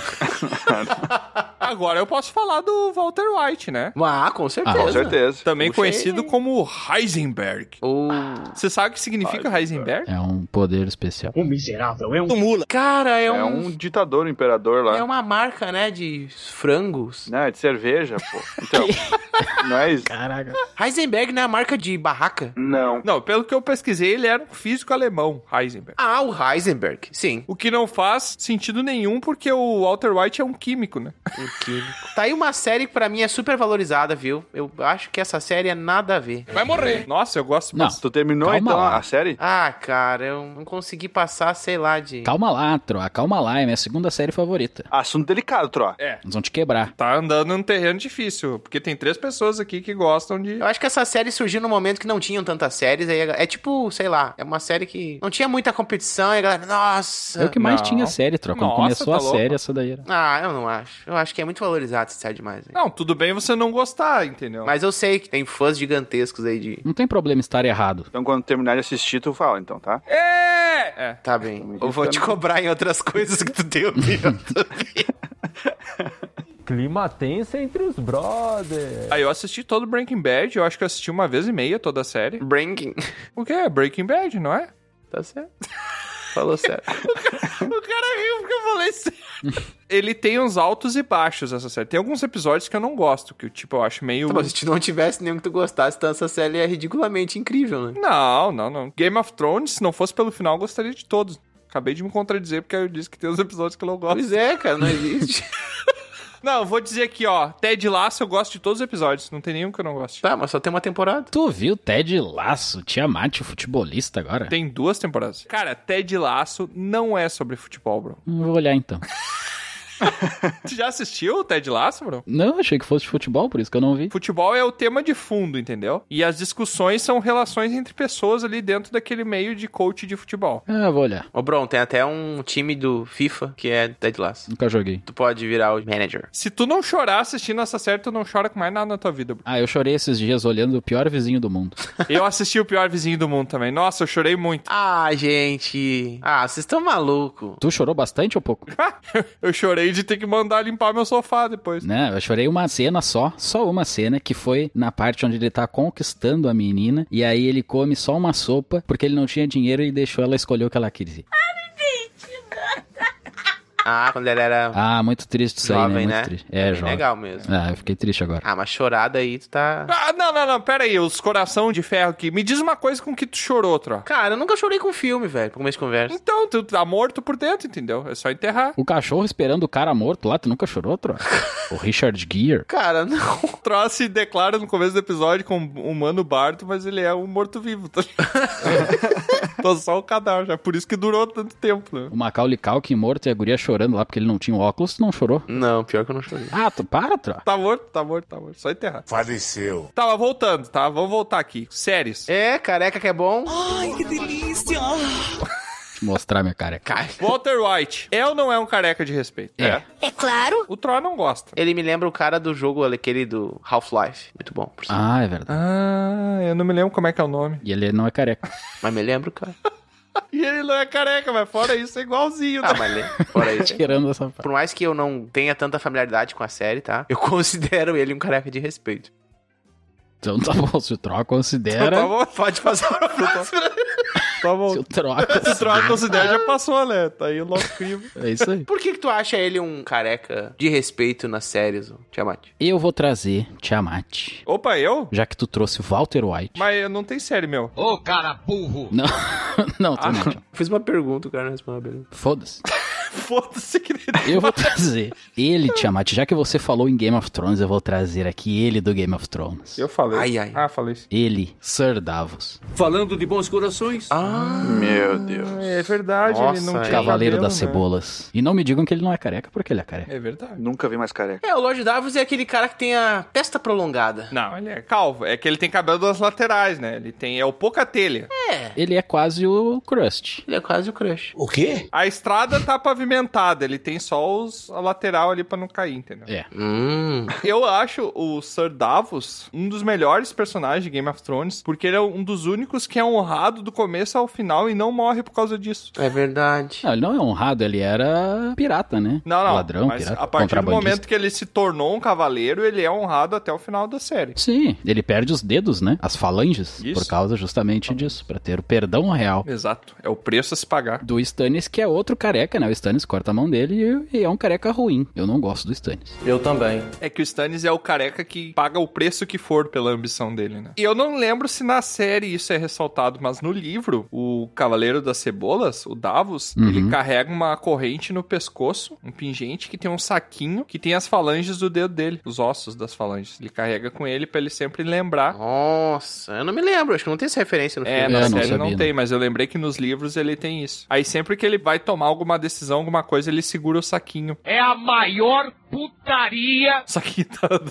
Agora eu posso falar do Walter White, né? Ah, com certeza. Com certeza. Também Puxei. conhecido como Heisenberg. Você sabe o que significa Heisenberg? É um poder especial. O miserável é um mula. Cara, É um ditador, um imperador lá. É uma marca, né, de frangos. Não, é de cerveja, pô. Então, não é isso? Caraca. Heisenberg não é a marca de barraca? Não. Não, pelo que eu pesquisei, ele era um físico alemão, Heisenberg. Ah, o Heisenberg, sim. O que não faz sentido nenhum, porque o Walter White é um químico, né? Um químico. Tá aí uma série que pra mim é super valorizada, viu? Eu acho que essa série é nada a ver. Vai morrer. Nossa, eu gosto Não. bastante. Tu terminou Calma então lá. a série? Ah, cara, eu não consegui passar, sei lá, de... Calma lá, Troa. Calma lá. É minha segunda série favorita. Assunto delicado, Tro. É, Eles vão te quebrar. tá andando num terreno difícil, porque tem 3 pessoas aqui que gostam de... Eu acho que essa série surgiu num momento que não tinham tantas séries, aí é tipo, sei lá, é uma série que não tinha muita competição, e a galera, nossa... É o que mais Não. tinha série, Troa. Quando Nossa, começou tá a louco. série, essa daí era. Ah, eu não acho. Eu acho que é muito valorizado essa série demais. Né? Não, tudo bem você não gostar, entendeu? Mas eu sei que tem fãs gigantescos aí de... Não tem problema estar errado. Então quando terminar de assistir, tu fala, então, tá? É! Tá bem. Eu vou te cobrar em outras coisas que tu tem opinião também. Clima tenso entre os brothers. Aí eu assisti todo Breaking Bad, eu acho que eu assisti 1,5 toda a série. Breaking. O que é? Breaking Bad, não é? Tá certo. Falou sério. O cara riu porque eu falei sério. Ele tem uns altos e baixos, essa série. Tem alguns episódios que eu não gosto, que tipo, eu acho meio... Mas se tu não tivesse nenhum que tu gostasse, então essa série é ridiculamente incrível, né? Não. Game of Thrones, se não fosse pelo final, eu gostaria de todos. Acabei de me contradizer porque eu disse que tem uns episódios que eu não gosto. Pois é, cara, não existe. Não, eu vou dizer aqui, ó. Ted Lasso eu gosto de todos os episódios. Não tem nenhum que eu não goste. Tá, mas só tem uma temporada. Tu viu Ted Lasso, Tiamat, o futebolista agora? Tem 2 temporadas. Cara, Ted Lasso não é sobre futebol, bro. Vou olhar então. Tu já assistiu o Ted Lasso, bro? Não, achei que fosse de futebol, por isso que eu não vi. Futebol é o tema de fundo, entendeu? E as discussões são relações entre pessoas ali dentro daquele meio de coach de futebol. Ah, vou olhar. Ô, Bron, tem até um time do FIFA que é Ted Lasso. Nunca joguei. Tu pode virar o manager. Se tu não chorar assistindo essa série, tu não chora com mais nada na tua vida, bro. Ah, eu chorei esses dias olhando o pior vizinho do mundo. Eu assisti o Pior Vizinho do Mundo também. Nossa, eu chorei muito. Ah, gente. Ah, vocês estão malucos. Tu chorou bastante ou pouco? Eu chorei de ter que mandar limpar meu sofá depois. Não, eu chorei uma cena só uma cena, que foi na parte onde ele tá conquistando a menina, e aí ele come só uma sopa, porque ele não tinha dinheiro e deixou ela escolher o que ela queria. Ah, quando ele era... Ah, muito triste isso jovem, aí, né? né? Muito triste. É, jovem. Legal mesmo. Ah, eu fiquei triste agora. Ah, mas chorada aí, tu tá... Ah, não, pera aí, os coração de ferro aqui. Me diz uma coisa com que tu chorou, Tro. Cara, eu nunca chorei com filme, velho, pra começo de conversa. Então, tu tá morto por dentro, entendeu? É só enterrar. O cachorro esperando o cara morto lá, tu nunca chorou, Tro? O Richard Gere. Cara, não. O Tro se declara no começo do episódio como um humano bardo, mas ele é um morto-vivo, tá ligado? Tô só o cadáver, já. Por isso que durou tanto tempo, né? O Macaulay Culkin morto e a guria chorando lá porque ele não tinha óculos, tu não chorou? Não, pior que eu não chorei. Ah, tu para, Tro. Tá morto. Só enterrar. Faleceu. Tá, mas voltando, tá? Vamos voltar aqui. Séries. É, careca que é bom. Ai, que delícia! Deixa eu mostrar minha careca. Walter White. É ou não é um careca de respeito? É. É claro. O Tro não gosta. Ele me lembra o cara do jogo, aquele do Half-Life. Muito bom, por sinal. Ah, é verdade. Ah, eu não me lembro como é que é o nome. E ele não é careca. Mas me lembro, cara. E ele não é careca, mas fora isso é igualzinho, né? Ah, mas fora isso. Tirando essa parte. Por mais que eu não tenha tanta familiaridade com a série, tá? Eu considero ele um careca de respeito. Então tá bom, se o Tro considera... Tá bom, pode passar pra próxima. Tá bom. Se o Tro Se o Tro considera, já passou, né? Tá aí o nosso crime. É isso aí. Por que tu acha ele um careca de respeito nas séries, Tiamat? Eu vou trazer Tiamat. Opa, eu? Já que tu trouxe Walter White. Mas não tem série, meu. Ô, cara burro! Não, não, tu não. Fiz uma pergunta, o cara não respondeu a pergunta. Foda-se. Foda-se, querido. Eu vou trazer ele, Tiamat. Já que você falou em Game of Thrones, eu vou trazer aqui ele do Game of Thrones. Eu falei. Ai. Ah, falei isso. Ele, Sir Davos. Falando de bons corações. Meu Deus. É verdade, Nossa, ele não tinha Cavaleiro cabelo, das né? Cebolas. E não me digam que ele não é careca, porque ele é careca. É verdade. Nunca vi mais careca. É, o Lord Davos é aquele cara que tem a testa prolongada. Não, ele é calvo. É que ele tem cabelo das laterais, né? Ele tem... É o pouca telha. Ele é quase o Crust. Ele é quase o Crush. O quê? A estrada tá pavimentada. Ele tem só a lateral ali pra não cair, entendeu? É. Eu acho o Sir Davos um dos melhores personagens de Game of Thrones, porque ele é um dos únicos que é honrado do começo ao final e não morre por causa disso. É verdade. Não, ele não é honrado, ele era pirata, né? Não. Ladrão, mas pirata, a partir do contrabandista. momento que ele se tornou um cavaleiro, ele é honrado até o final da série. Sim, ele perde os dedos, né? As falanges, Isso. por causa justamente disso, pra ter o perdão real. Exato. É o preço a se pagar. Do Stannis, que é outro careca, né? O Stannis corta a mão dele e é um careca ruim. Eu não gosto do Stannis. Eu também. É que o Stannis é o careca que paga o preço que for pela ambição dele, né? E eu não lembro se na série isso é ressaltado, mas no livro, o Cavaleiro das Cebolas, o Davos, ele carrega uma corrente no pescoço, um pingente que tem um saquinho que tem as falanges do dedo dele, os ossos das falanges. Ele carrega com ele pra ele sempre lembrar. Nossa, eu não me lembro. Acho que não tem essa referência no filme. É, na não série sabia, não tem, mas eu lembrei que nos livros ele tem isso. Aí sempre que ele vai tomar alguma decisão, alguma coisa, ele segura o saquinho. É a maior putaria. Saquinho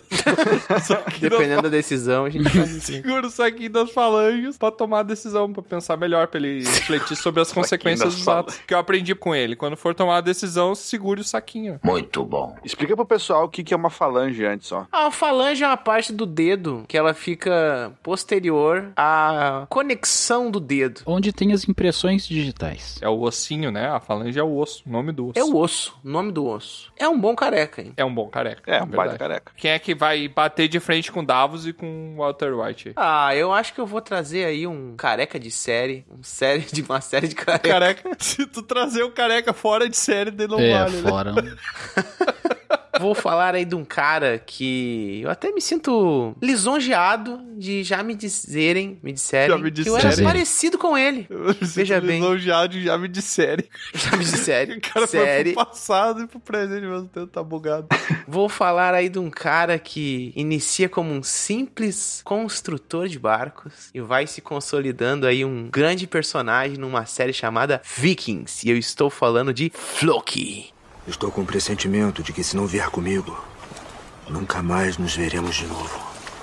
saquinho Dependendo da decisão, a gente faz assim. segura o saquinho das falanges pra tomar a decisão, pra pensar melhor, pra ele refletir sobre as consequências dos atos. Que eu aprendi com ele. Quando for tomar a decisão, segure o saquinho. Muito bom. Explica pro pessoal o que é uma falange antes, ó. A falange é uma parte do dedo que ela fica posterior à conexão do dedo. Onde tem as impressões digitais. É o ossinho, né? A falange é o osso, o nome do osso. É o osso, o nome do osso. É um bom careca, hein? É um bom careca. É, um verdade. baita careca. Quem é que vai bater de frente com Davos e com Walter White aí? Ah, eu acho que eu vou trazer aí um careca de série. Uma série de careca. Careca, se tu trazer o careca fora de série, dele não vale, né? Fora. Vou falar aí de um cara que eu até me sinto lisonjeado de já me disserem que eu era parecido com ele. Veja bem. Lisonjeado de já me disserem. Já me disserem. O cara foi pro passado e pro presente, mesmo tempo tá bugado. Vou falar aí de um cara que inicia como um simples construtor de barcos e vai se consolidando aí um grande personagem numa série chamada Vikings. E eu estou falando de Floki. Estou com o pressentimento de que se não vier comigo, nunca mais nos veremos de novo.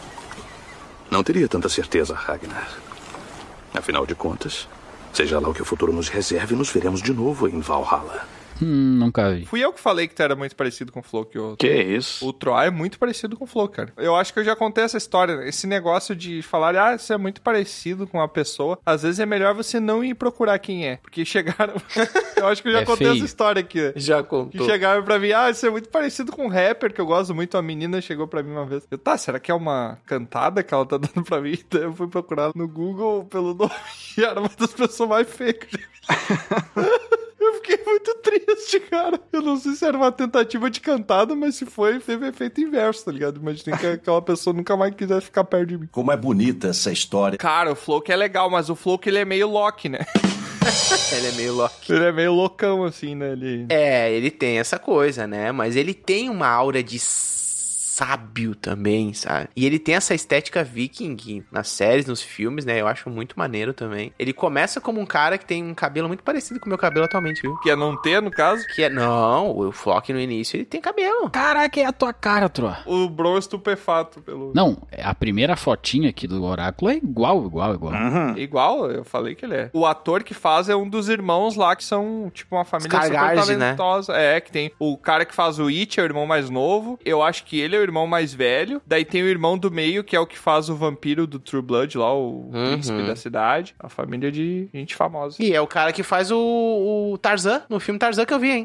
Não teria tanta certeza, Ragnar. Afinal de contas, seja lá o que o futuro nos reserve, nos veremos de novo em Valhalla. Nunca vi. Fui eu que falei que tu era muito parecido com o Floki. Que isso? O Troy é muito parecido com o Floki, cara. Eu acho que eu já contei essa história. Esse negócio de falar, você é muito parecido com uma pessoa. Às vezes é melhor você não ir procurar quem é. Porque chegaram... eu acho que eu já contei essa história aqui. Já contou. Que chegaram pra mim, você é muito parecido com um rapper que eu gosto muito. Uma menina chegou pra mim uma vez. Eu, será que é uma cantada que ela tá dando pra mim? Daí eu fui procurar no Google pelo nome e era uma das pessoas mais feias que eu já vi. Eu fiquei muito triste, cara. Eu não sei se era uma tentativa de cantada, mas se foi, teve efeito inverso, tá ligado? Imaginei que aquela pessoa nunca mais quisesse ficar perto de mim. Como é bonita essa história. Cara, o Floki é legal, mas o Floki, ele é meio Loki, né? Ele é meio Loki. Ele é meio loucão, assim, né? Ele tem essa coisa, né? Mas ele tem uma aura de sábio também, sabe? E ele tem essa estética viking nas séries, nos filmes, né? Eu acho muito maneiro também. Ele começa como um cara que tem um cabelo muito parecido com o meu cabelo atualmente, viu? Que é não ter, no caso? Não, o Floki no início, ele tem cabelo. Caraca, é a tua cara, Tro. O Bron estupefato pelo... Não, a primeira fotinha aqui do Oráculo é igual. Uhum. Igual, eu falei que ele é. O ator que faz é um dos irmãos lá, que são, tipo, uma família super talentosa. Né? Que tem o cara que faz o It, é o irmão mais novo. Eu acho que ele é o irmão mais velho. Daí tem o irmão do meio, que é o que faz o vampiro do True Blood lá, o príncipe da cidade. A família de gente famosa. E é o cara que faz o Tarzan, no filme Tarzan que eu vi, hein?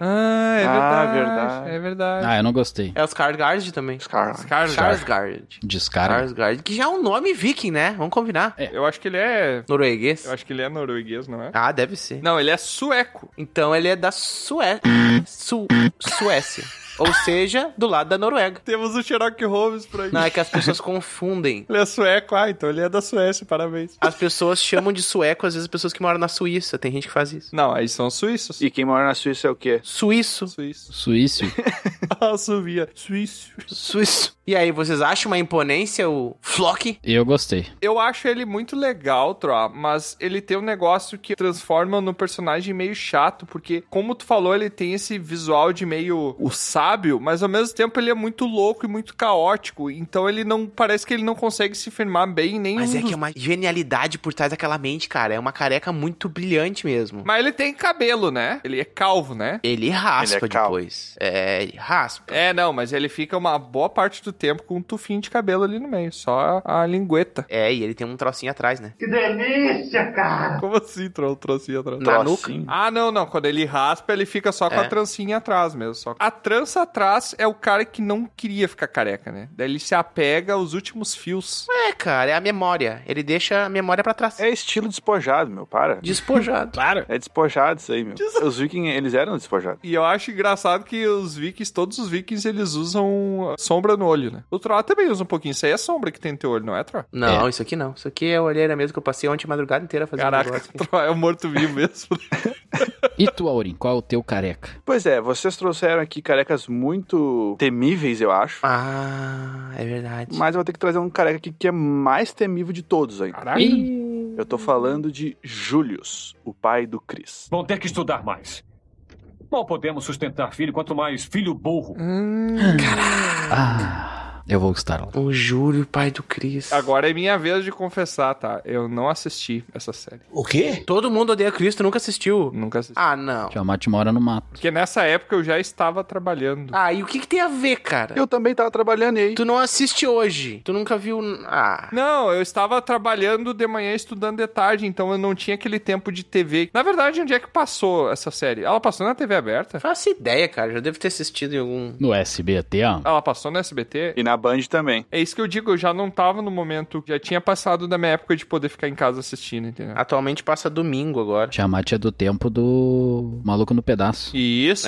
É verdade. Eu não gostei. É o Skarsgård também. Skarsgård. Skarsgård, que já é um nome viking, né? Vamos combinar. Eu acho que ele é... norueguês? Eu acho que ele é norueguês, não é? Ah, deve ser. Não, ele é sueco. Então ele é da Suécia. Ou seja, do lado da Noruega. Temos o Sherlock Holmes por aí. Não, é que as pessoas confundem. Ele é sueco, então ele é da Suécia, parabéns. As pessoas chamam de sueco, às vezes, pessoas que moram na Suíça. Tem gente que faz isso. Não, aí são suíços. E quem mora na Suíça é o quê? Suíço. Suíço. Subia. Suíço. E aí, vocês acham uma imponência o Floki? Eu gostei. Eu acho ele muito legal, Tro, mas ele tem um negócio que transforma no personagem meio chato, porque, como tu falou, ele tem esse visual de meio o sábio, mas ao mesmo tempo ele é muito louco e muito caótico, então ele não, parece que ele não consegue se firmar bem nem... Mas que é uma genialidade por trás daquela mente, cara, é uma careca muito brilhante mesmo. Mas ele tem cabelo, né? Ele é calvo, né? Ele raspa depois. Ele raspa. Não, mas ele fica uma boa parte do tempo com um tufinho de cabelo ali no meio, só a lingueta. E ele tem um trocinho atrás, né? Que delícia, cara! Como assim, um trocinho atrás? Na nuca? Não, quando ele raspa, ele fica só com a trancinha atrás mesmo. Só. A trança atrás é o cara que não queria ficar careca, né? Daí ele se apega aos últimos fios. Cara, é a memória. Ele deixa a memória pra trás. É estilo despojado, meu, para. Despojado. Claro. É despojado isso aí, meu. Os vikings, eles eram despojados. E eu acho engraçado que todos os vikings, eles usam sombra no olho, né? O Troá também usa um pouquinho. Isso aí é sombra que tem no teu olho, não é, Troá? Não, isso aqui não. Isso aqui é a olheira mesmo que eu passei ontem a madrugada inteira fazendo. Caraca, o Troá é um morto-vivo mesmo. E tu, Aurim, qual é o teu careca? Pois é, vocês trouxeram aqui carecas muito temíveis, eu acho. É verdade. Mas eu vou ter que trazer um careca aqui que é mais temível de todos aí. Caraca. Eu tô falando de Julius, o pai do Chris. Vão ter que estudar mais. Mal podemos sustentar filho, quanto mais filho burro. Caraca. Eu vou estar lá. O Júlio, pai do Chris. Agora é minha vez de confessar, tá? Eu não assisti essa série. O quê? Todo mundo odeia Cristo, nunca assistiu. Nunca assisti. Não. Tiamat mora no mato. Porque nessa época eu já estava trabalhando. E o que tem a ver, cara? Eu também tava trabalhando aí. Tu não assiste hoje. Tu nunca viu... Não, eu estava trabalhando de manhã e estudando de tarde, então eu não tinha aquele tempo de TV. Na verdade, onde é que passou essa série? Ela passou na TV aberta? Faço ideia, cara. Já devo ter assistido em algum... No SBT, Ela passou no SBT? E na na Band também. É isso que eu digo, eu já não tava no momento, já tinha passado da minha época de poder ficar em casa assistindo, entendeu? Atualmente passa domingo agora. Tiamat é do tempo do Maluco no Pedaço. Isso,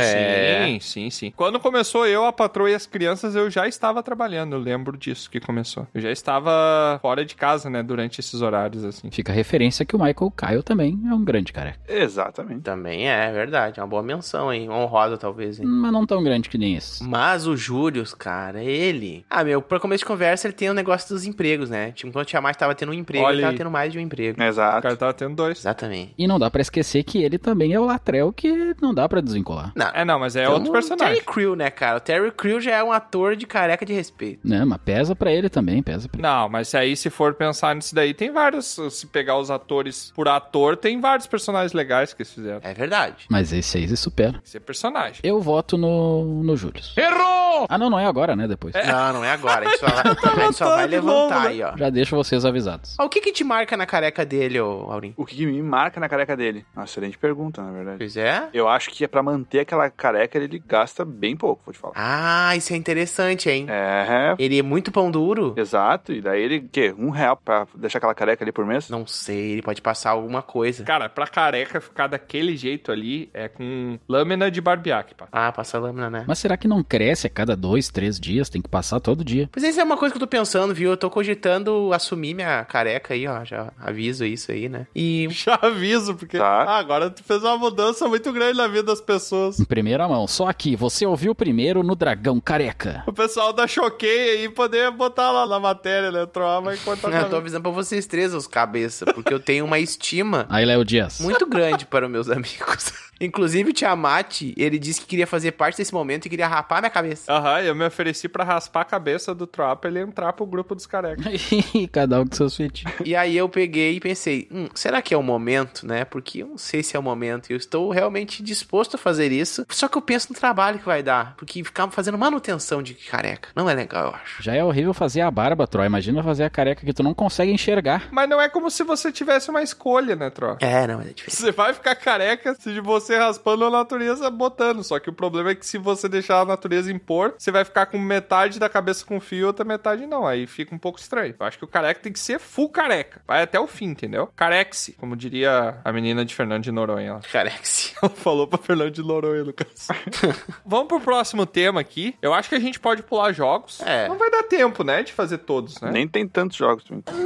sim. Quando começou eu, a Patroa e as Crianças, eu já estava trabalhando, eu lembro disso que começou. Eu já estava fora de casa, né, durante esses horários, assim. Fica a referência que o Michael Kyle também é um grande careca. Exatamente. Também é verdade, é uma boa menção, hein? Honrosa, talvez, hein? Mas não tão grande que nem esse. Mas o Július, cara, ele... pra começo de conversa, ele tem um negócio dos empregos, né? Tipo, quando o Tiamat tava tendo um emprego, ele tava tendo mais de um emprego. Exato. O cara tava tendo 2. Exatamente. E não dá pra esquecer que ele também é o Latrell que não dá pra desvincular. Não, mas é outro personagem. O Terry Crew, né, cara? O Terry Crew já é um ator de careca de respeito. Não, mas pesa pra ele também, pesa pra ele. Não, mas aí se for pensar nisso daí, tem vários, se pegar os atores por ator, tem vários personagens legais que eles fizeram. É verdade. Mas esse aí se supera. Esse é personagem. Eu voto no Julius. Errou! Ah, não é agora, né, depois. Não é agora. A gente só vai levantar novo, aí, ó. Já deixo vocês avisados. O que te marca na careca dele, ô Aurim? O que me marca na careca dele? Uma excelente pergunta, na verdade. Pois é? Eu acho que é pra manter aquela careca, ele gasta bem pouco, vou te falar. Ah, isso é interessante, hein? É. Ele é muito pão duro? Exato. E daí ele, R$1 pra deixar aquela careca ali por mês? Não sei, ele pode passar alguma coisa. Cara, pra careca ficar daquele jeito ali, é com lâmina de barbear, pá. Ah, passa lâmina, né? Mas será que não cresce a cada 2, 3 dias? Tem que passar todo dia. Pois isso é uma coisa que eu tô pensando, viu? Eu tô cogitando assumir minha careca aí, ó. Já aviso isso aí, né? E... Já aviso, porque... agora tu fez uma mudança muito grande na vida das pessoas. Em primeira mão, só aqui, você ouviu primeiro no Dragão Careca. O pessoal da Choquei aí poder botar lá na matéria, né? Troar e cortar. Eu tô avisando pra vocês três, os cabeça, porque eu tenho uma estima... Aí, Léo Dias. Muito grande para os meus amigos. Inclusive o Tiamat, ele disse que queria fazer parte desse momento e queria rapar minha cabeça. Eu me ofereci pra raspar a cabeça do Troá pra ele entrar pro grupo dos carecas. Cada um com seus feitinhos. E aí eu peguei e pensei, será que é o momento, né? Porque eu não sei se é o momento. Eu estou realmente disposto a fazer isso. Só que eu penso no trabalho que vai dar. Porque ficar fazendo manutenção de careca não é legal, eu acho. Já é horrível fazer a barba, Troy. Imagina fazer a careca que tu não consegue enxergar. Mas não é como se você tivesse uma escolha, né, Troá? Não, é diferente. Você vai ficar careca se você raspando a natureza botando. Só que o problema é que se você deixar a natureza impor, você vai ficar com metade da cabeça com fio e outra metade não. Aí fica um pouco estranho. Eu acho que o careca tem que ser full careca. Vai até o fim, entendeu? Carexe, como diria a menina de Fernando de Noronha. Carexe. Ela falou pra Fernando de Noronha, Lucas. Vamos pro próximo tema aqui. Eu acho que a gente pode pular jogos. Não vai dar tempo, né, de fazer todos, né? Nem tem tantos jogos.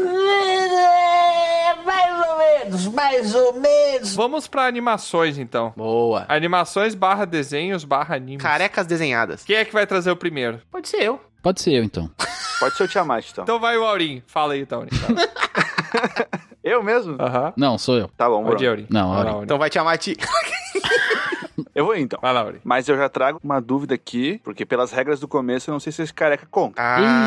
Mais ou menos. Vamos pra animações, então. Boa. Animações / desenhos / animes. Carecas desenhadas. Quem é que vai trazer o primeiro? Pode ser eu. Pode ser eu, então. Pode ser o Tiamat, então. Então vai o Aurim. Fala aí, então, Aurim. Eu mesmo? Não, sou eu. Tá bom, Pode ir, Aurim. Não, Aurim. Então vai Tiamat. Eu vou então. Vai lá, Aurim. Mas eu já trago uma dúvida aqui, porque pelas regras do começo eu não sei se esse careca conta.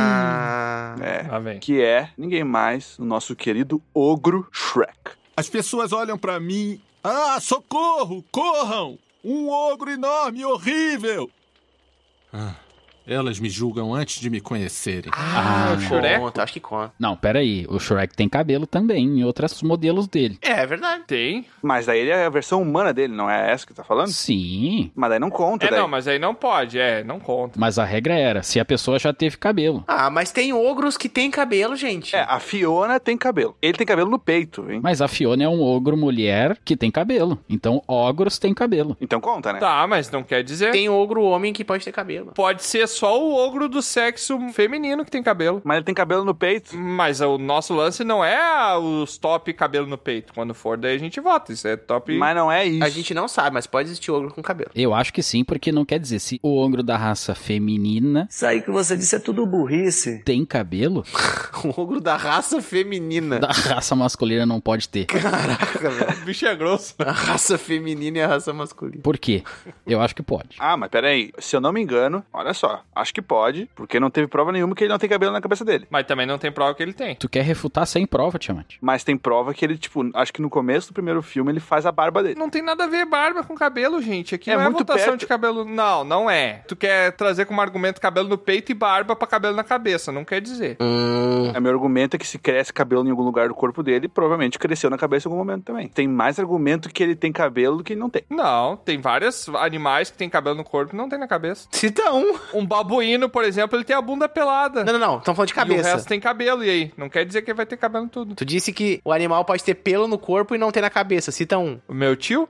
Lá vem. Que é ninguém mais, o nosso querido ogro Shrek. As pessoas olham pra mim. Ah, socorro! Corram! Um ogro enorme e horrível! Elas me julgam antes de me conhecerem. O Shrek? Acho que conta. Não, peraí. O Shrek tem cabelo também, em outros modelos dele. É verdade. Tem. Mas daí ele é a versão humana dele, não é essa que tá falando? Sim. Mas daí não conta, daí. Não, mas aí não pode. Não conta. Mas a regra era, se a pessoa já teve cabelo. Mas tem ogros que tem cabelo, gente. A Fiona tem cabelo. Ele tem cabelo no peito, hein? Mas a Fiona é um ogro mulher que tem cabelo. Então, ogros tem cabelo. Então conta, né? Tá, mas não quer dizer. Tem ogro homem que pode ter cabelo. Pode ser só o ogro do sexo feminino que tem cabelo. Mas ele tem cabelo no peito. Mas o nosso lance não é os top cabelo no peito. Quando for, daí a gente vota. Isso é top. Mas não é isso. A gente não sabe, mas pode existir ogro com cabelo. Eu acho que sim, porque não quer dizer se o ogro da raça feminina... Isso aí que você disse é tudo burrice. Tem cabelo? O ogro da raça feminina. Da raça masculina não pode ter. Caraca, velho. O bicho é grosso. A raça feminina e a raça masculina. Por quê? Eu acho que pode. Mas peraí. Se eu não me engano, olha só. Acho que pode, porque não teve prova nenhuma que ele não tem cabelo na cabeça dele. Mas também não tem prova que ele tem. Tu quer refutar sem prova, Tiamat? Mas tem prova que ele, acho que no começo do primeiro filme ele faz a barba dele. Não tem nada a ver barba com cabelo, gente. Aqui É não é muito votação perto. de cabelo. Não, não é. Tu quer trazer como argumento cabelo no peito e barba pra cabelo na cabeça. Não quer dizer. Meu argumento é que se cresce cabelo em algum lugar do corpo dele, provavelmente cresceu na cabeça em algum momento também. Tem mais argumento que ele tem cabelo do que ele não tem. Não, tem vários animais que tem cabelo no corpo e não tem na cabeça. Cita um. Um babuíno, por exemplo, ele tem a bunda pelada. Não. Estamos falando de cabeça. E o resto tem cabelo, e aí? Não quer dizer que ele vai ter cabelo em tudo. Tu disse que o animal pode ter pelo no corpo e não ter na cabeça. Cita um. O meu tio?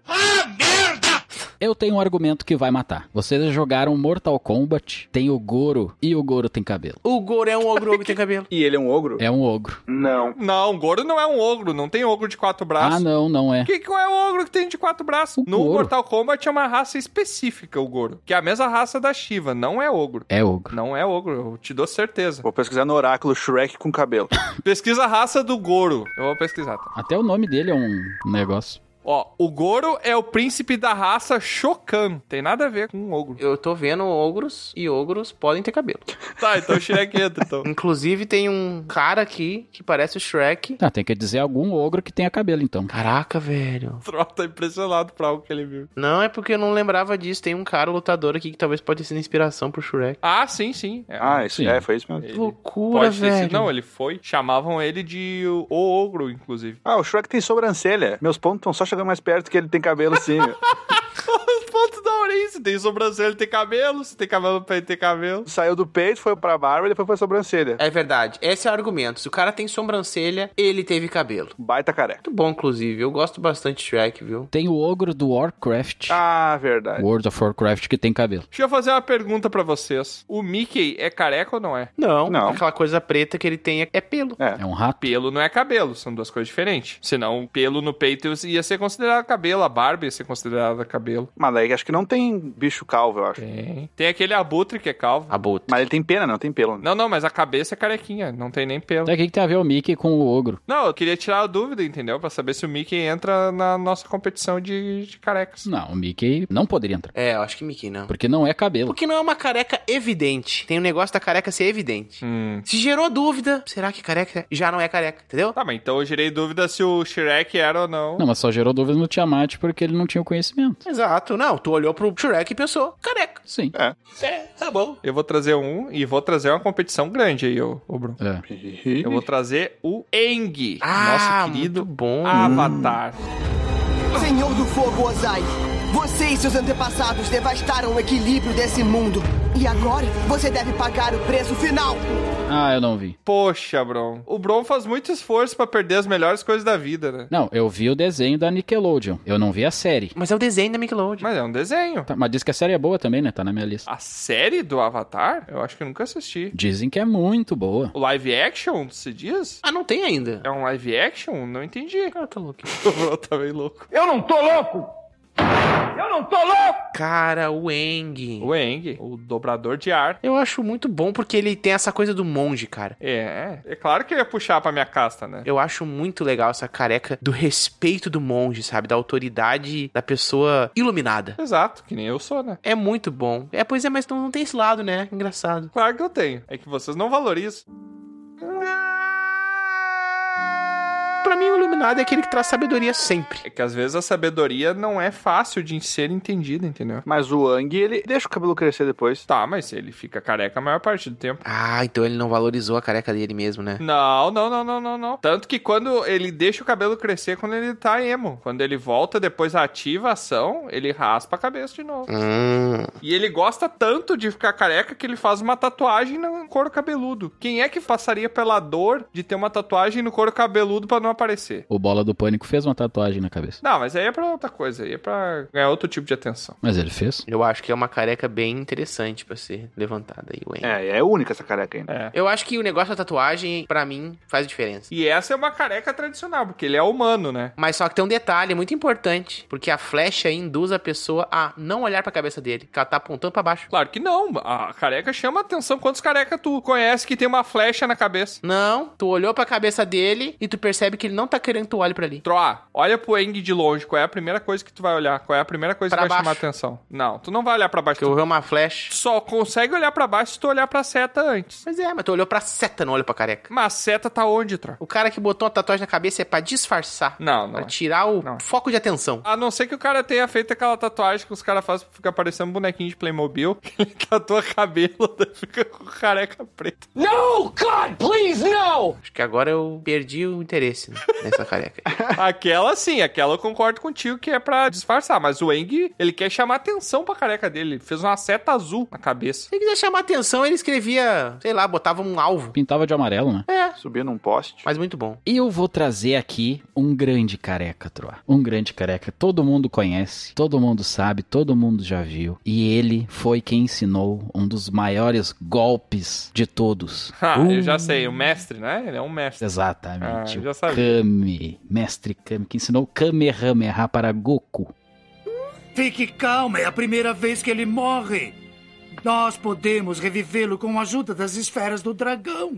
Eu tenho um argumento que vai matar. Vocês já jogaram Mortal Kombat, tem o Goro, e o Goro tem cabelo. O Goro é um ogro que tem cabelo. E ele é um ogro? É um ogro. Não. Não, o Goro não é um ogro, não tem ogro de 4 braços. Ah, não é. Que é o ogro que tem de 4 braços? No Goro. Mortal Kombat é uma raça específica, o Goro. Que é a mesma raça da Shiva, não é ogro. É ogro. Não é ogro, eu te dou certeza. Vou pesquisar no oráculo Shrek com cabelo. Pesquisa a raça do Goro. Eu vou pesquisar, tá? Até o nome dele é um negócio. Ó, o Goro é o príncipe da raça Shokan. Tem nada a ver com um ogro. Eu tô vendo ogros e ogros podem ter cabelo. Tá, então o Shrek entra, então. Inclusive tem um cara aqui que parece o Shrek. Tá, tem que dizer algum ogro que tenha cabelo, então. Caraca, velho. O Troll tá impressionado por algo que ele viu. Não, é porque eu não lembrava disso. Tem um cara lutador aqui que talvez pode ser inspiração pro Shrek. Ah, sim. Foi isso mesmo. Que loucura, velho. Não, ele foi. Chamavam ele de o ogro, inclusive. Ah, o Shrek tem sobrancelha. Meus pontos estão só chegando mais perto que ele tem cabelo sim. Os pontos da orelha. Se tem sobrancelha, ele tem cabelo. Se tem cabelo, ele tem cabelo. Saiu do peito, foi pra barba e depois foi pra sobrancelha. É verdade. Esse é o argumento. Se o cara tem sobrancelha, ele teve cabelo. Baita careca. Muito bom, inclusive. Eu gosto bastante de Shrek, viu? Tem o ogro do Warcraft. Ah, verdade. World of Warcraft que tem cabelo. Deixa eu fazer uma pergunta pra vocês. O Mickey é careca ou não é? Não. Aquela coisa preta que ele tem é pelo. É um rato. Pelo não é cabelo. São duas coisas diferentes. Senão, pelo no peito ia ser considerado cabelo. A barba ia ser considerada cabelo. Mas daí acho que não tem bicho calvo, eu acho. Tem aquele abutre que é calvo. Abutre. Mas ele tem pena, não tem pelo. Né? Não, mas a cabeça é carequinha. Não tem nem pelo. Então, o que tem a ver o Mickey com o ogro? Não, eu queria tirar a dúvida, entendeu? Pra saber se o Mickey entra na nossa competição de carecas. Não, o Mickey não poderia entrar. É, eu acho que Mickey não. Porque não é cabelo. Porque não é uma careca evidente. Tem um negócio da careca ser evidente. Se gerou dúvida, será que careca já não é careca, entendeu? Tá, mas então eu gerei dúvida se o Shrek era ou não. Não, mas só gerou dúvida no Tiamat porque ele não tinha o conhecimento. Exato. Não, tu olhou pro Shrek e pensou, careca. Sim. Tá bom. Eu vou trazer e vou trazer uma competição grande aí, ô Bruno. Eu vou trazer o Aang, nosso querido bom Avatar. Senhor do Fogo Ozai, você e seus antepassados devastaram o equilíbrio desse mundo. E agora você deve pagar o preço final. Ah, eu não vi. Poxa, Bron. O Bron faz muito esforço pra perder as melhores coisas da vida, né? Não, eu vi o desenho da Nickelodeon. Eu não vi a série. Mas é o desenho da Nickelodeon. Mas é um desenho. Tá, mas diz que a série é boa também, né? Tá na minha lista. A série do Avatar? Eu acho que eu nunca assisti. Dizem que é muito boa. O live action, se diz? Ah, não tem ainda. É um live action? Não entendi. Cara, tá louco. O Bron tá meio louco. Eu não tô louco! Eu não tô louco! Cara, o Aang. O Aang, o dobrador de ar. Eu acho muito bom porque ele tem essa coisa do monge, cara. É claro que eu ia puxar pra minha casta, né? Eu acho muito legal essa careca do respeito do monge, sabe? Da autoridade da pessoa iluminada. Exato, que nem eu sou, né? É muito bom. Pois é, mas não tem esse lado, né? Engraçado. Claro que eu tenho. É que vocês não valorizam. Pra mim, o iluminado é aquele que traz sabedoria sempre. É que às vezes a sabedoria não é fácil de ser entendida, entendeu? Mas o Aang, ele deixa o cabelo crescer depois. Tá, mas ele fica careca a maior parte do tempo. Ah, então ele não valorizou a careca dele mesmo, né? Não. Tanto que quando ele deixa o cabelo crescer, quando ele tá emo. Quando ele volta, depois ativa a ação, ele raspa a cabeça de novo. E ele gosta tanto de ficar careca que ele faz uma tatuagem no couro cabeludo. Quem é que passaria pela dor de ter uma tatuagem no couro cabeludo pra não aparecer? O Bola do Pânico fez uma tatuagem na cabeça. Não, mas aí é pra outra coisa. Aí é pra ganhar outro tipo de atenção. Mas ele fez? Eu acho que é uma careca bem interessante pra ser levantada aí, Wayne. É única essa careca ainda. É. Eu acho que o negócio da tatuagem, pra mim, faz diferença. E essa é uma careca tradicional, porque ele é humano, né? Mas só que tem um detalhe muito importante, porque a flecha induz a pessoa a não olhar pra cabeça dele, que ela tá apontando pra baixo. Claro que não. A careca chama atenção. Quantos careca tu conhece que tem uma flecha na cabeça? Não, tu olhou pra cabeça dele e tu percebe que ele não tá querendo que tu olhe pra ali. Troá, olha pro Aang de longe. Qual é a primeira coisa que tu vai olhar? Qual é a primeira coisa pra que vai baixo. chamar atenção? Não, tu não vai olhar pra baixo. Porque eu vi uma flecha. Tu só consegue olhar pra baixo se tu olhar pra seta antes. Mas tu olhou pra seta, não olhou pra careca. Mas a seta tá onde, Troá? O cara que botou uma tatuagem na cabeça é pra disfarçar. Não. Pra tirar o foco de atenção. A não ser que o cara tenha feito aquela tatuagem que os caras fazem pra ficar parecendo um bonequinho de Playmobil. Ele tatua cabelo, daí fica com careca preta. No, God, please, no! Acho que agora eu perdi o interesse nessa da careca. Aquela sim, aquela eu concordo contigo que é pra disfarçar, mas o Aang, ele quer chamar atenção pra careca dele, ele fez uma seta azul na cabeça. Se ele quiser chamar atenção, ele escrevia, sei lá, botava um alvo. Pintava de amarelo, né? Subia num poste. Mas muito bom. E eu vou trazer aqui um grande careca, Troa. Um grande careca. Todo mundo conhece, todo mundo sabe, todo mundo já viu. E ele foi quem ensinou um dos maiores golpes de todos. Eu já sei, o mestre, né? Ele é um mestre. Exatamente. Eu já sabia. Kami. Mestre Kami, que ensinou Kamehameha para Goku. Fique calma, é a primeira vez que ele morre. Nós podemos revivê-lo com a ajuda das esferas do dragão.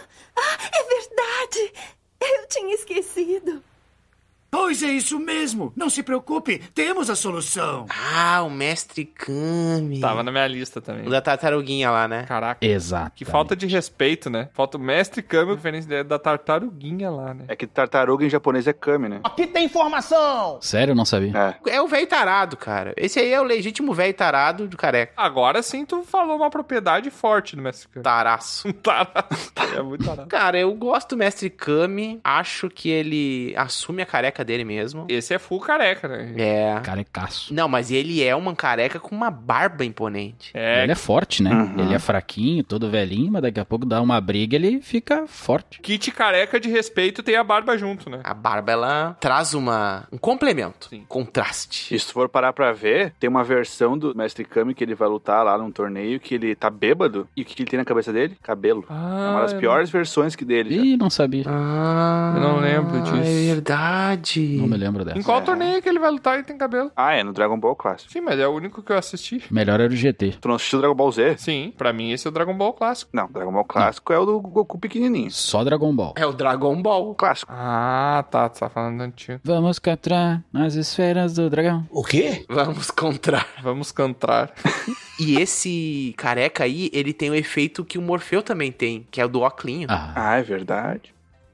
É verdade! Eu tinha esquecido. Pois é isso mesmo. Não se preocupe, temos a solução. Ah, o Mestre Kami. Tava na minha lista também. O da tartaruguinha lá, né? Caraca. Exato. Que falta de respeito, né? Falta o Mestre Kami, diferente da tartaruguinha lá, né? É que tartaruga em japonês é Kami, né? Aqui tem informação! Sério, eu não sabia. É o velho tarado, cara. Esse aí é o legítimo velho tarado do careca. Agora sim tu falou uma propriedade forte do Mestre Kami. Taraço. Taraço. É muito tarado. Cara, eu gosto do Mestre Kami. Acho que ele assume a careca dele mesmo. Esse é full careca, né? É. Carecaço. Não, mas ele é uma careca com uma barba imponente. Ele é forte, né? Ele é fraquinho, todo velhinho, mas daqui a pouco dá uma briga, ele fica forte. Kit careca de respeito tem a barba junto, né? A barba, ela traz um complemento. Sim. Contraste. E se tu for parar pra ver, tem uma versão do Mestre Kami que ele vai lutar lá num torneio que ele tá bêbado. E o que ele tem na cabeça dele? Cabelo. É uma das piores versões que dele. Ih, não sabia. Eu não lembro disso. É verdade. Não me lembro dessa. Em qual torneio que ele vai lutar e tem cabelo? É no Dragon Ball Clássico. Sim, mas é o único que eu assisti. Melhor era o GT. Tu não assistiu Dragon Ball Z? Sim, pra mim esse é o Dragon Ball Clássico. Não, Dragon Ball Clássico é o do Goku pequenininho. Só Dragon Ball. É o Dragon Ball Clássico. Ah, tá. Tu tá falando do antigo. Vamos capturar as esferas do dragão. O quê? Vamos cantar. Vamos cantar. E esse careca aí, ele tem o efeito que o Morfeu também tem, que é o do óculinho. É verdade.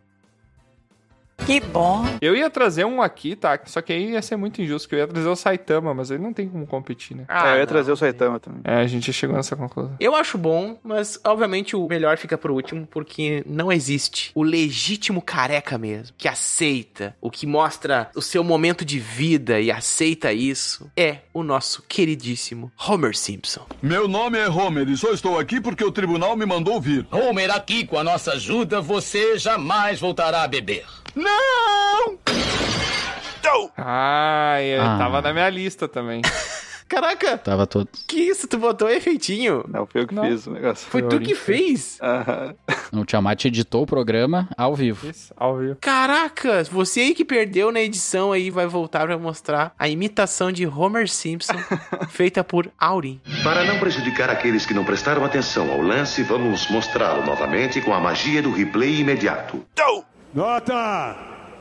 Que bom. Eu ia trazer um aqui, tá? Só que aí ia ser muito injusto, que eu ia trazer o Saitama, mas ele não tem como competir, né? Eu ia trazer o Saitama também. A gente já chegou nessa conclusão. Eu acho bom, mas obviamente o melhor fica pro último, porque não existe o legítimo careca mesmo, que aceita, o que mostra o seu momento de vida e aceita isso, é o nosso queridíssimo Homer Simpson. Meu nome é Homer e só estou aqui porque o tribunal me mandou vir. Homer, aqui com a nossa ajuda, você jamais voltará a beber. Não! Tava na minha lista também. Caraca! Tava todo. Que isso? Tu botou efeitinho? Não, foi eu que fiz o negócio. Foi tu que fez? O Tiamat editou o programa ao vivo. Isso, ao vivo. Caraca! Você aí que perdeu na edição aí vai voltar pra mostrar a imitação de Homer Simpson feita por Aurim. Para não prejudicar aqueles que não prestaram atenção ao lance, vamos mostrá-lo novamente com a magia do replay imediato. Nota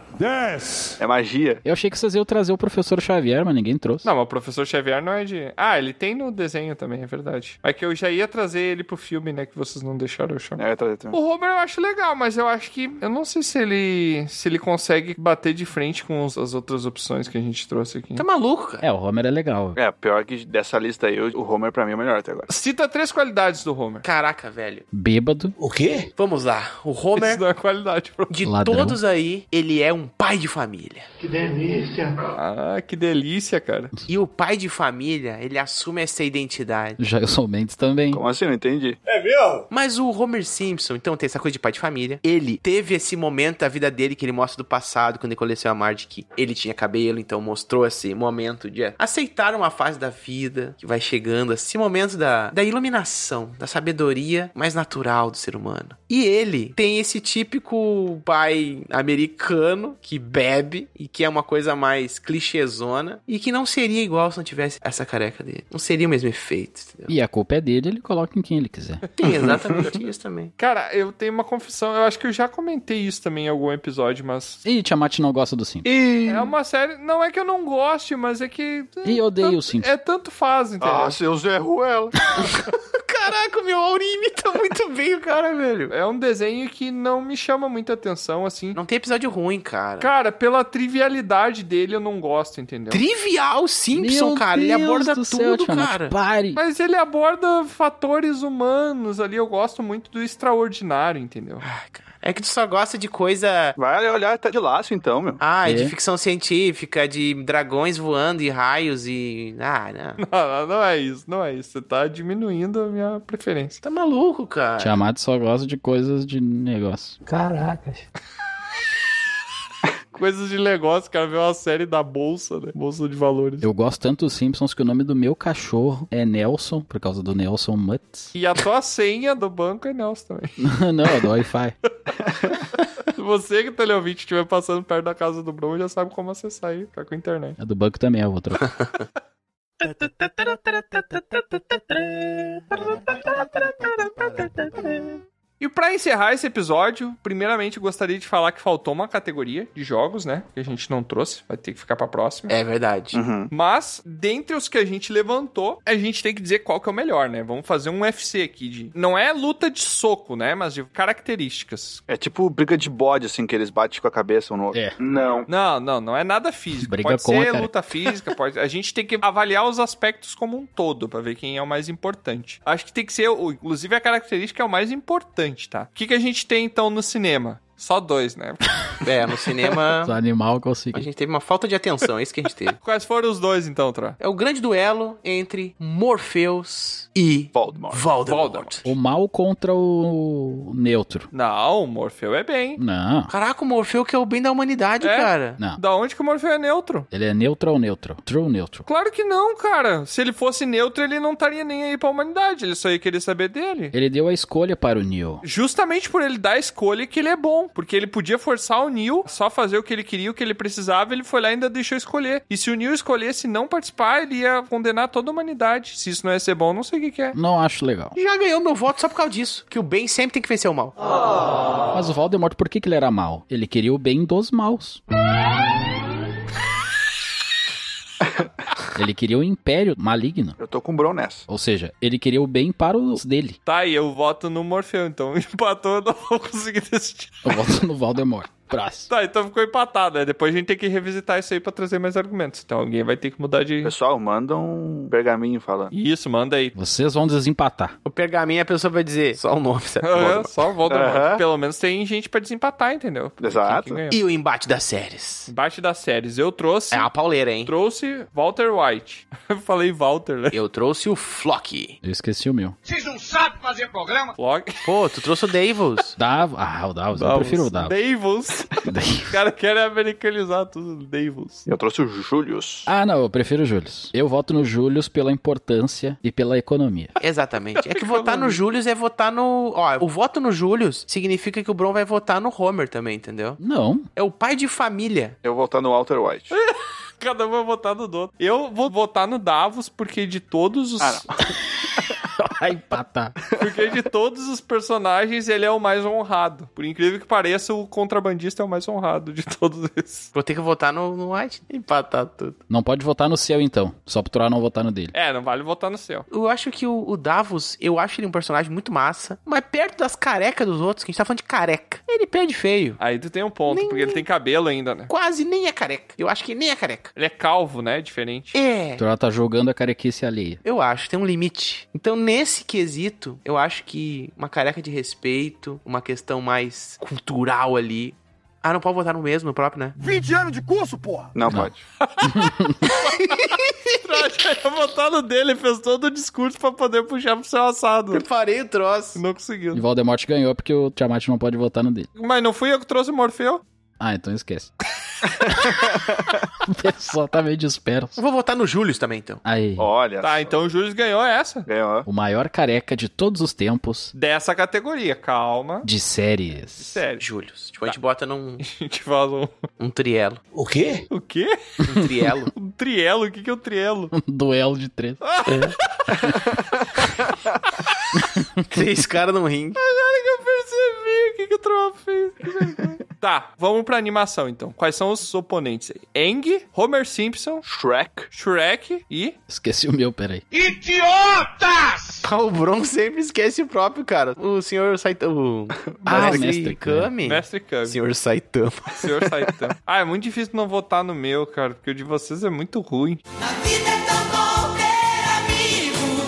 10. É magia. Eu achei que vocês iam trazer o Professor Xavier, mas ninguém trouxe. Não, mas o Professor Xavier não é de... ele tem no desenho também, é verdade. É que eu já ia trazer ele pro filme, né, que vocês não deixaram eu chamar. Eu ia trazer também. O Homer eu acho legal, mas eu acho que... Eu não sei se ele consegue bater de frente com as outras opções que a gente trouxe aqui. Tá maluco, cara? O Homer é legal. Pior que dessa lista aí, o Homer pra mim é o melhor até agora. Cita 3 qualidades do Homer. Caraca, velho. Bêbado. O quê? Vamos lá. O Homer... Isso não é qualidade. De Ladrão. todos aí, ele é um pai de família. Que delícia. Que delícia, cara. E o pai de família, ele assume essa identidade. Jailson Mendes também. Como assim? Não entendi. É mesmo? Mas o Homer Simpson, então, tem essa coisa de pai de família. Ele teve esse momento da vida dele que ele mostra do passado, quando ele conheceu a Marge, que ele tinha cabelo, então mostrou esse momento de aceitar uma fase da vida que vai chegando, esse momento da iluminação, da sabedoria mais natural do ser humano. E ele tem esse típico pai americano que bebe e que é uma coisa mais clichêzona e que não seria igual se não tivesse essa careca dele. Não seria o mesmo efeito, entendeu? E a culpa é dele, ele coloca em quem ele quiser. Sim, exatamente isso também. Cara, eu tenho uma confissão, eu acho que eu já comentei isso também em algum episódio, mas... Ih, Tiamat não gosta do Simpsons. É uma série, não é que eu não goste, mas é que... Ih, odeio o Simpsons. É tanto faz, entendeu? Seu Zé Ruela. Caraca, o meu Aurim imita muito bem o cara, velho. É um desenho que não me chama muita atenção, assim. Não tem episódio ruim, cara. Cara, pela trivialidade dele eu não gosto, entendeu? Trivial Simpson, Meu cara. Ele Deus aborda do céu, tudo, Tiamat, cara. Pare. Mas ele aborda fatores humanos ali. Eu gosto muito do extraordinário, entendeu? Ai, cara. É que tu só gosta de coisa... Vai olhar de laço, então, meu. Ah, de ficção científica, de dragões voando e raios e... Ah, não. Não é isso, não é isso. Você tá diminuindo a minha preferência. Tá maluco, cara. Tiamat só gosta de coisas de negócio. Caracas. Coisas de negócio, cara, ver uma série da Bolsa, né? Bolsa de Valores. Eu gosto tanto dos Simpsons que o nome do meu cachorro é Nelson, por causa do Nelson Mutz. E a tua senha do banco é Nelson também. Não, é do Wi-Fi. Se você que teleouvinte estiver passando perto da casa do Bruno, já sabe como acessar aí, tá com a internet. A do banco também é outra. E pra encerrar esse episódio, primeiramente gostaria de falar que faltou uma categoria de jogos, né? Que a gente não trouxe, vai ter que ficar pra próxima. É verdade. Mas, dentre os que a gente levantou, a gente tem que dizer qual que é o melhor, né? Vamos fazer um UFC aqui de... Não é luta de soco, né? Mas de características. É tipo briga de bode, assim, que eles batem com a cabeça um no outro. É. Não é nada físico. Briga pode com ser cara. luta física, pode... A gente tem que avaliar os aspectos como um todo, pra ver quem é o mais importante. Acho que tem que ser... Inclusive, a característica é o mais importante. Tá? O que a gente tem, então, no cinema? Só 2, né? No cinema... Os animal consigo. A gente teve uma falta de atenção, é isso que a gente teve. Quais foram os 2, então, Tro? É o grande duelo entre Morpheus e Voldemort. O mal contra o neutro. Não, o Morfeu é bem. Não. Caraca, o Morfeu que é o bem da humanidade, cara. Não. Da onde que o Morfeu é neutro? Ele é neutro ou neutro? True neutro. Claro que não, cara. Se ele fosse neutro, ele não estaria nem aí pra humanidade. Ele só ia querer saber dele. Ele deu a escolha para o Neo. Justamente por ele dar a escolha que ele é bom. Porque ele podia forçar o Neo só fazer o que ele queria, o que ele precisava, ele foi lá e ainda deixou escolher. E se o Neo escolhesse não participar, ele ia condenar toda a humanidade. Se isso não ia ser bom, não sei o que é. Não acho legal. Já ganhou meu voto só por causa disso. Que o bem sempre tem que vencer o mal. Mas o Voldemort, por que ele era mau? Ele queria o bem dos maus. Ele queria o império maligno. Eu tô com o Bron nessa. Ou seja, ele queria o bem para os dele. Tá, e eu voto no Morfeu, então empatou, eu não vou conseguir decidir. Eu voto no Voldemort. Próximo. Tá, então ficou empatado, né? Depois a gente tem que revisitar isso aí pra trazer mais argumentos. Então alguém vai ter que mudar de... Pessoal, manda um pergaminho falando. Isso, manda aí. Vocês vão desempatar. O pergaminho a pessoa vai dizer só o nome, certo? Só o Voldemort. Pelo menos tem gente pra desempatar, entendeu? Exato. E o embate das séries? Embate das séries. Eu trouxe... É uma pauleira, hein? Trouxe Walter White. Eu falei Walter, né? Eu trouxe o Flock. Eu esqueci o meu. Vocês não sabem fazer programa? Flock. Pô, tu trouxe o Davos. O Davos. Eu prefiro o Davos. Davos. Os caras querem americanizar tudo, Davos. Eu trouxe o Julius. Ah, não, eu prefiro o Julius. Eu voto no Julius pela importância e pela economia. Exatamente. É que votar no Julius é votar no... Ó, o voto no Julius significa que o Bron vai votar no Homer também, entendeu? Não. É o pai de família. Eu vou votar no Walter White. Cada um vai votar no outro. Eu vou votar no Davos, porque de todos os... Vai empatar. Porque de todos os personagens, ele é o mais honrado. Por incrível que pareça, o contrabandista é o mais honrado de todos esses. Vou ter que votar no White. Empatar tudo. Não pode votar no seu, então. Só pro Troá não votar no dele. Não vale votar no seu. Eu acho que o Davos, eu acho ele um personagem muito massa, mas perto das carecas dos outros, que a gente tá falando de careca, ele perde feio. Aí tu tem um ponto, porque ele tem cabelo ainda, né? Quase nem é careca. Eu acho que nem é careca. Ele é calvo, né? Diferente. É. O Troá tá jogando a carequice alheia. Eu acho, tem um limite. Então, nesse quesito, eu acho que uma careca de respeito, uma questão mais cultural ali... Ah, não pode votar no mesmo, no próprio, né? 20 anos de curso, porra! Não pode. Eu votar no dele, fez todo o discurso pra poder puxar pro seu assado. Preparei o troço. Não conseguiu. E Voldemort ganhou porque o Tiamat não pode votar no dele. Mas não fui eu que trouxe o Morfeu? Ah, então esquece. O pessoal tá meio disperso. Eu vou votar no Julius também, então. Aí. Olha. Tá, então o Júlio ganhou essa. Ganhou. O maior careca de todos os tempos. Dessa categoria, calma. De séries. Sério. Julius. Tipo, a gente bota num... A gente fala um trielo. O quê? O quê? Um trielo. Um trielo? O que é o trielo? Um duelo de 3. 3 caras num ringue. Agora que eu percebi o que o Troá fez. Tá, vamos pra animação, então. Quais são os oponentes aí? Aang, Homer Simpson, Shrek e... Esqueci o meu, peraí. Idiotas! O Bron sempre esquece o próprio, cara. O senhor Saitama. Mestre Kami? Mestre Kami. Senhor Saitama. Senhor Saitama. É muito difícil não votar no meu, cara, porque o de vocês é muito ruim. A vida é tão bom ter amigo.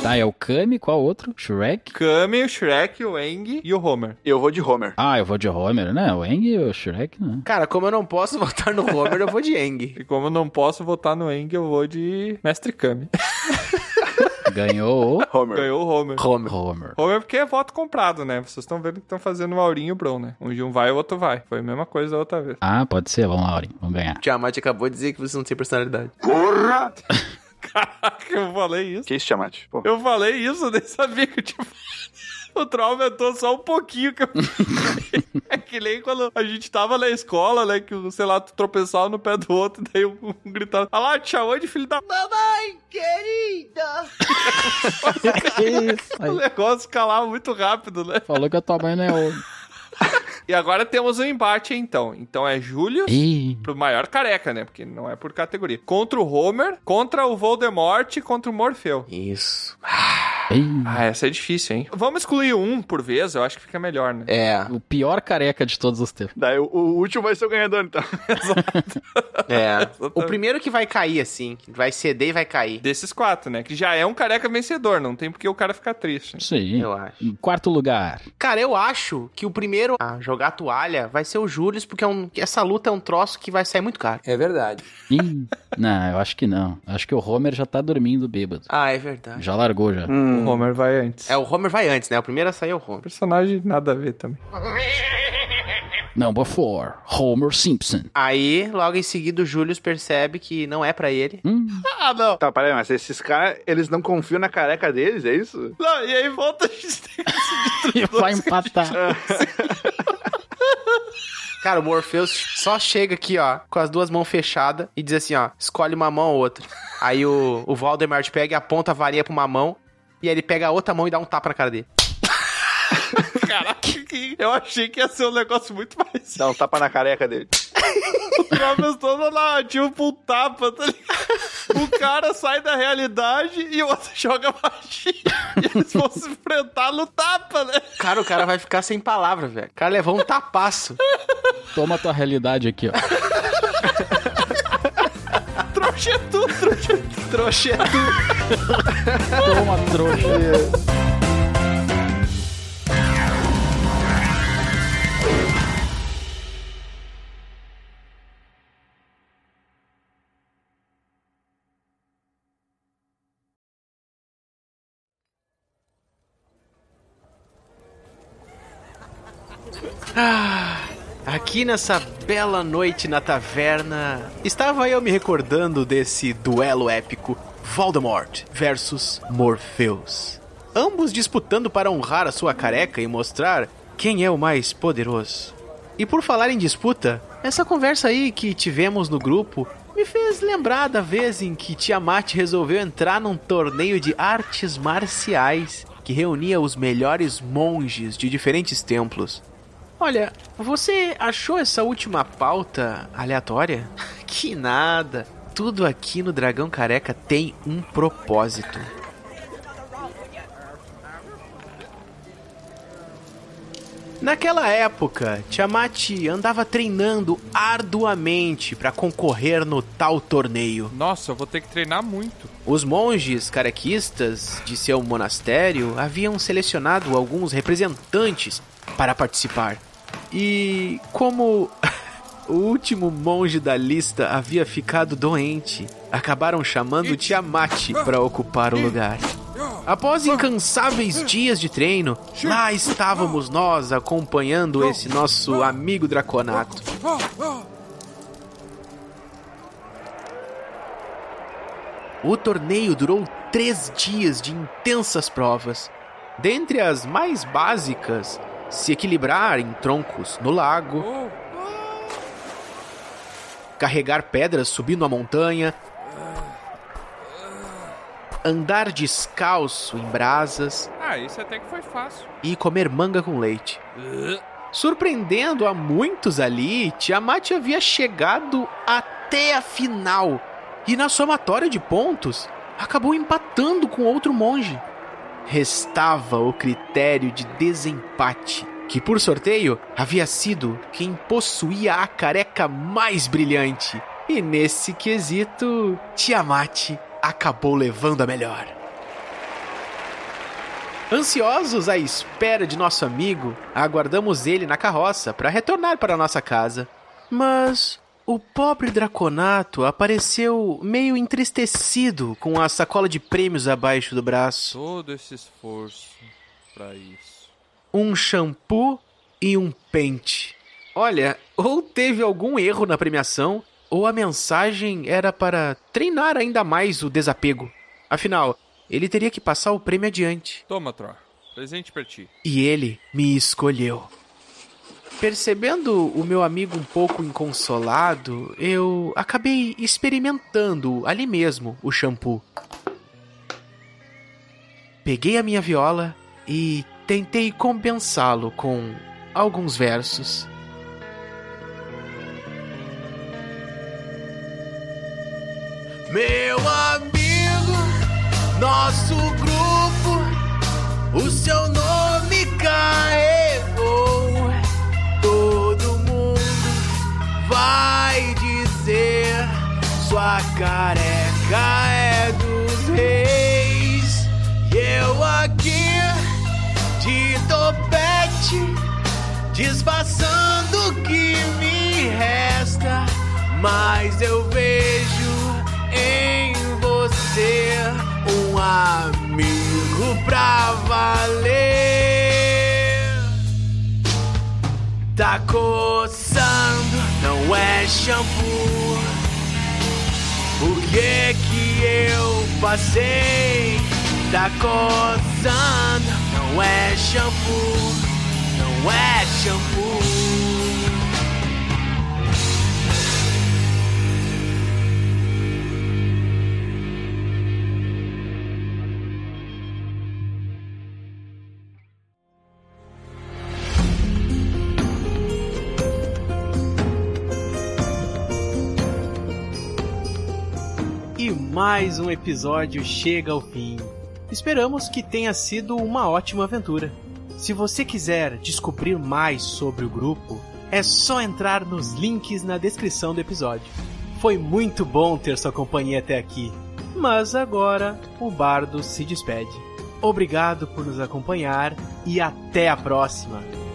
Tá, é o Kami, qual outro? Shrek? Kami, o Shrek, o Aang e o Homer. Eu vou de Homer. Ah, eu vou de Homer, né? O Aang e o Shrek, né? Cara, como eu não posso votar no Homer, eu vou de Aang. E como eu não posso votar no Aang, eu vou de Mestre Kami. Ganhou o... Homer. Ganhou o Homer. Homer. Homer porque é voto comprado, né? Vocês estão vendo que estão fazendo o Aurinho e o Bron, né? Um vai, o outro vai. Foi a mesma coisa da outra vez. Ah, pode ser. Vamos lá, Aurinho. Vamos ganhar. Tiamat acabou de dizer que você não tem personalidade. Porra! Caraca, eu falei isso. Que isso, Tiamat? Pô. Eu falei isso, eu nem sabia que eu tinha... O troll aumentou só um pouquinho. Que eu... É que nem quando a gente tava na escola, né? Que, sei lá, tu tropeçava no pé do outro, daí um gritava: ah lá, te chamou de filho da... Mamãe querida! Que isso? O negócio escalava muito rápido, né? Falou que a tua mãe não é homem. E agora temos um embate, então. Então é Júlio pro maior careca, né? Porque não é por categoria. Contra o Homer, contra o Voldemort e contra o Morfeu. Isso. Ah, essa é difícil, hein? Vamos excluir um por vez, eu acho que fica melhor, né? É. O pior careca de todos os tempos. Daí o último vai ser o ganhador, então. Exato. É. O primeiro que vai cair, assim, que vai ceder e vai cair. Desses 4, né? Que já é um careca vencedor, não tem porque o cara ficar triste. Sim. Eu acho. Em quarto lugar. Cara, eu acho que o primeiro a jogar toalha vai ser o Júlio, porque essa luta é um troço que vai sair muito caro. É verdade. Não, eu acho que não. Acho que o Homer já tá dormindo bêbado. Ah, é verdade. Já largou, já. O Homer vai antes. É, o Homer vai antes, né? O primeiro a sair é o Homer. Personagem nada a ver também. Number 4, Homer Simpson. Aí, logo em seguida, o Júlio percebe que não é pra ele. Ah, não. Tá, peraí, mas esses caras, eles não confiam na careca deles, é isso? Não, e aí volta a gente tem que E vai empatar. Cara, o Morpheus só chega aqui, ó, com as duas mãos fechadas e diz assim, ó, escolhe uma mão ou outra. Aí o Voldemort pega e aponta a varinha pra uma mão e aí ele pega a outra mão e dá um tapa na cara dele. Caraca, eu achei que ia ser um negócio muito mais... Dá um tapa na careca dele. O Travis todo lá, tipo um tapa, tá ligado? O cara sai da realidade e o outro joga magia. E eles vão se enfrentar no tapa, né? Cara, o cara vai ficar sem palavra, velho. O cara levou um tapaço. Toma tua realidade aqui, ó. Trouxa é tu, trouxa é tu. Trouxa é tu. Toma, trouxa. Aqui nessa bela noite na taverna, estava eu me recordando desse duelo épico Voldemort versus Morpheus. Ambos disputando para honrar a sua careca e mostrar quem é o mais poderoso. E por falar em disputa, essa conversa aí que tivemos no grupo me fez lembrar da vez em que Tiamat resolveu entrar num torneio de artes marciais que reunia os melhores monges de diferentes templos. Olha, você achou essa última pauta aleatória? Que nada. Tudo aqui no Dragão Careca tem um propósito. Naquela época, Tiamat andava treinando arduamente para concorrer no tal torneio. Nossa, eu vou ter que treinar muito. Os monges carequistas de seu monastério haviam selecionado alguns representantes para participar. E como o último monge da lista havia ficado doente, acabaram chamando Tiamat para ocupar o lugar. Após incansáveis dias de treino, lá estávamos nós acompanhando esse nosso amigo Draconato. O torneio durou 3 dias de intensas provas. Dentre as mais básicas, se equilibrar em troncos no lago, carregar pedras subindo a montanha, andar descalço em brasas. Ah, isso até que foi fácil. E comer manga com leite. Surpreendendo a muitos ali, Tiamat havia chegado até a final e na somatória de pontos acabou empatando com outro monge. Restava o critério de desempate, que por sorteio havia sido quem possuía a careca mais brilhante. E nesse quesito, Tiamat acabou levando a melhor. Ansiosos à espera de nosso amigo, aguardamos ele na carroça para retornar para nossa casa. Mas o pobre Draconato apareceu meio entristecido com a sacola de prêmios abaixo do braço. Todo esse esforço pra isso. Um shampoo e um pente. Olha, ou teve algum erro na premiação, ou a mensagem era para treinar ainda mais o desapego. Afinal, ele teria que passar o prêmio adiante. Toma, Troy. Presente pra ti. E ele me escolheu. Percebendo o meu amigo um pouco inconsolado, eu acabei experimentando ali mesmo o shampoo. Peguei a minha viola e tentei compensá-lo com alguns versos. Meu amigo, nosso grupo, o seu nome carregou. Todo mundo vai dizer, sua careca é dos reis. E eu aqui de topete, disfarçando o que me resta. Mas eu vejo em você um amigo pra valer. Tá coçando, não é shampoo. O que eu passei? Tá coçando, não é shampoo. Não é shampoo. E mais um episódio chega ao fim. Esperamos que tenha sido uma ótima aventura. Se você quiser descobrir mais sobre o grupo, é só entrar nos links na descrição do episódio. Foi muito bom ter sua companhia até aqui, mas agora o Bardo se despede. Obrigado por nos acompanhar e até a próxima!